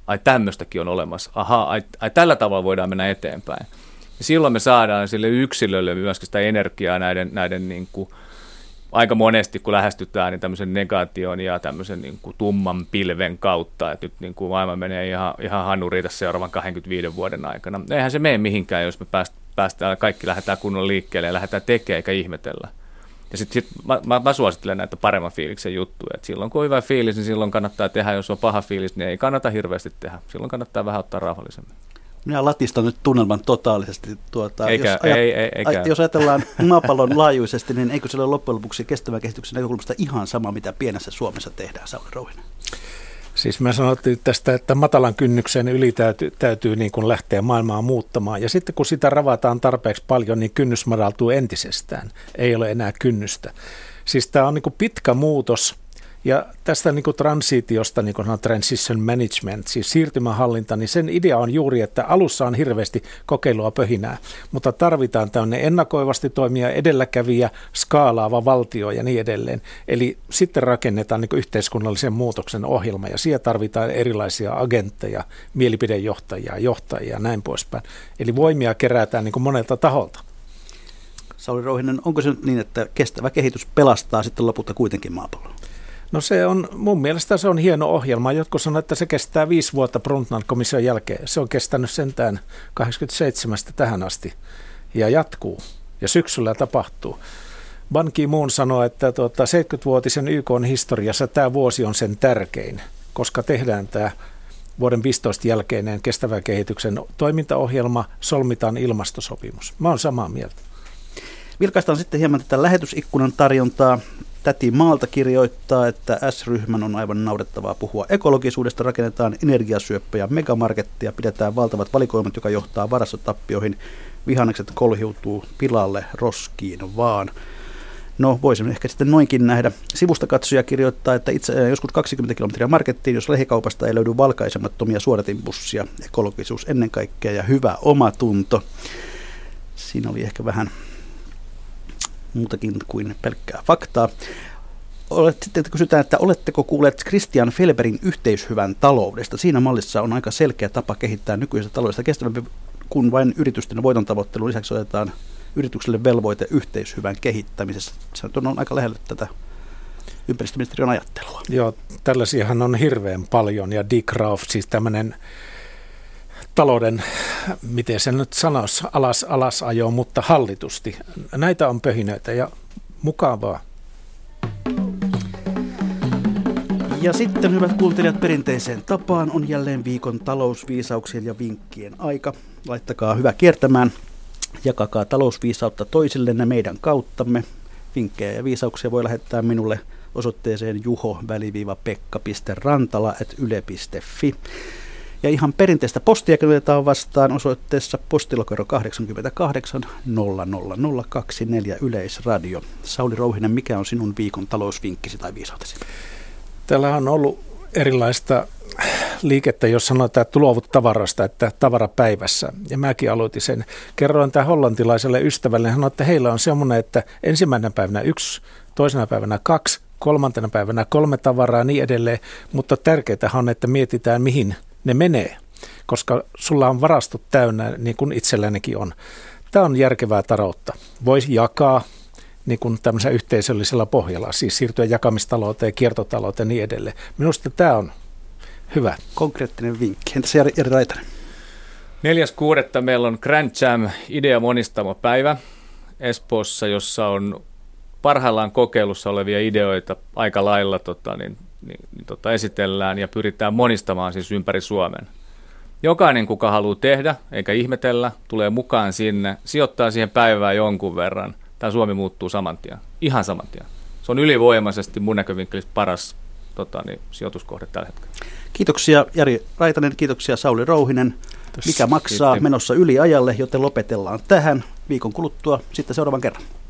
ai tämmöistäkin on olemassa, ahaa, ai, ai tällä tavalla voidaan mennä eteenpäin. Ja silloin me saadaan sille yksilölle myöskin sitä energiaa näiden, näiden niin kuin, aika monesti, kun lähestytään, niin tämmöisen negaation ja tämmöisen niin kuin tumman pilven kautta, että nyt niin kuin maailma menee ihan, ihan hanuriin tässä seuraavan kaksikymmentäviiden vuoden aikana. Eihän se mene mihinkään, jos me päästään, kaikki lähdetään kunnon liikkeelle ja lähdetään tekemään eikä ihmetellä. Ja sitten sit, mä, mä, mä suosittelen näitä paremman fiiliksen juttuja, että silloin kun on hyvä fiilis, niin silloin kannattaa tehdä, jos on paha fiilis, niin ei kannata hirveästi tehdä. Silloin kannattaa vähän ottaa rauhallisemmin. Minä latistan nyt tunnelman totaalisesti. Tuota, eikä, jos, ajat, ei, ei, eikä. jos ajatellaan maapallon laajuisesti, niin eikö se ole loppujen lopuksi kestävän kehityksen näkökulmasta ihan sama, mitä pienessä Suomessa tehdään, Sauli Rouhinen? Siis mä sanottiin tästä, että matalan kynnyksen yli täytyy, täytyy niin kuin lähteä maailmaa muuttamaan. Ja sitten kun sitä ravataan tarpeeksi paljon, niin kynnys madaltuu entisestään. Ei ole enää kynnystä. Siis tämä on niin kuin pitkä muutos. Ja tästä niin kuin transitiosta, niin kuin sanon, transition management, siis siirtymähallinta, niin sen idea on juuri, että alussa on hirveästi kokeilua pöhinää, mutta tarvitaan tämmöinen ennakoivasti toimia, edelläkävijä, skaalaava valtio ja niin edelleen. Eli sitten rakennetaan niin kuin yhteiskunnallisen muutoksen ohjelma ja siellä tarvitaan erilaisia agentteja, mielipidejohtajia, johtajia ja näin poispäin. Eli voimia kerätään niin kuin monelta taholta. Sauli Rouhinen, onko se nyt niin, että kestävä kehitys pelastaa sitten lopulta kuitenkin maapallon? No se on, mun mielestä se on hieno ohjelma. Jotkut sanoo, että se kestää viisi vuotta Brundtland-komission jälkeen. Se on kestänyt sentään kahdeksankymmentäseitsemän tähän asti ja jatkuu ja syksyllä tapahtuu. Ban Ki-moon sanoi, että tuota, seitsemänkymmenvuotisen Y K:n historiassa tämä vuosi on sen tärkein, koska tehdään tämä vuoden viisitoista jälkeinen kestävän kehityksen toimintaohjelma, solmitaan ilmastosopimus. Mä oon samaa mieltä. Vilkaistaan sitten hieman tätä lähetysikkunan tarjontaa. Täti Maalta kirjoittaa, että S-ryhmän on aivan naurettavaa puhua ekologisuudesta, rakennetaan energiasyöppöjä, megamarkettia, pidetään valtavat valikoimat, joka johtaa varastotappioihin, vihannekset kolhiutuu pilalle roskiin vaan. No voisimme ehkä sitten noinkin nähdä. Sivustakatsoja kirjoittaa, että itse joskus kaksikymmentä kilometriä markettiin, jos lähikaupasta ei löydy valkaisemattomia suodatinpussia, ekologisuus ennen kaikkea ja hyvä omatunto. Siinä oli ehkä vähän muutakin kuin pelkkää faktaa. Olet, sitten kysytään, että oletteko kuulleet Christian Felberin yhteishyvän taloudesta? Siinä mallissa on aika selkeä tapa kehittää nykyisestä taloudesta kestävämpi, kun vain yritysten voiton tavoittelun lisäksi otetaan yritykselle velvoite yhteishyvän kehittämisessä. Se on aika lähellä tätä ympäristöministeriön ajattelua. Joo, tällaisiahan on hirveän paljon ja Dick Ralph, siis tämmöinen talouden, miten se nyt sanoisi, alas, alasajo, mutta hallitusti. Näitä on pöhinöitä ja mukavaa. Ja sitten, hyvät kuuntelijat, perinteiseen tapaan on jälleen viikon talousviisauksien ja vinkkien aika. Laittakaa hyvä kiertämään, jakakaa talousviisautta toisillenne meidän kauttamme. Vinkkejä ja viisauksia voi lähettää minulle osoitteeseen juho-pekka piste rantala ät yle piste fi. Ja ihan perinteistä postia otetaan vastaan osoitteessa postilokero kahdeksankymmentäkahdeksan nolla nolla nolla kaksikymmentäneljä Yleisradio. Sauli Rouhinen, mikä on sinun viikon talousvinkkisi tai viisautesi? Täällä on ollut erilaista liikettä, jos sanotaan, että luovut tavarasta, että tavarapäivässä. Ja mäkin aloitin sen. Kerroin tämän hollantilaiselle ystävälle, hän sanoi, että heillä on semmoinen, että ensimmäisenä päivänä yksi, toisena päivänä kaksi, kolmantena päivänä kolme tavaraa ja niin edelleen. Mutta tärkeää on, että mietitään, mihin ne menee, koska sulla on varastot täynnä, niin kuin itsellänikin on. Tämä on järkevää taloutta. Voisi jakaa niin kuin tämmöisellä yhteisöllisellä pohjalla, siis siirtyä jakamistalouteen, kiertotalouteen ja niin edelleen. Minusta tämä on hyvä. Konkreettinen vinkki. Entäs Jari Raitanen? neljäs kuudetta meillä on Grand Jam idea monistamo-päivä Espoossa, jossa on parhaillaan kokeilussa olevia ideoita aika lailla tota, niin, niin, niin, tota, esitellään ja pyritään monistamaan siis ympäri Suomen. Jokainen, kuka haluaa tehdä, eikä ihmetellä, tulee mukaan sinne, sijoittaa siihen päivään jonkun verran. Tämä Suomi muuttuu saman tien, ihan saman tien. Se on ylivoimaisesti mun näkövinkkelistä paras tota, niin, sijoituskohde tällä hetkellä. Kiitoksia Jari Raitanen, kiitoksia Sauli Rouhinen. Mikä maksaa? Menossa yli ajalle, joten lopetellaan tähän. Viikon kuluttua sitten seuraavan kerran.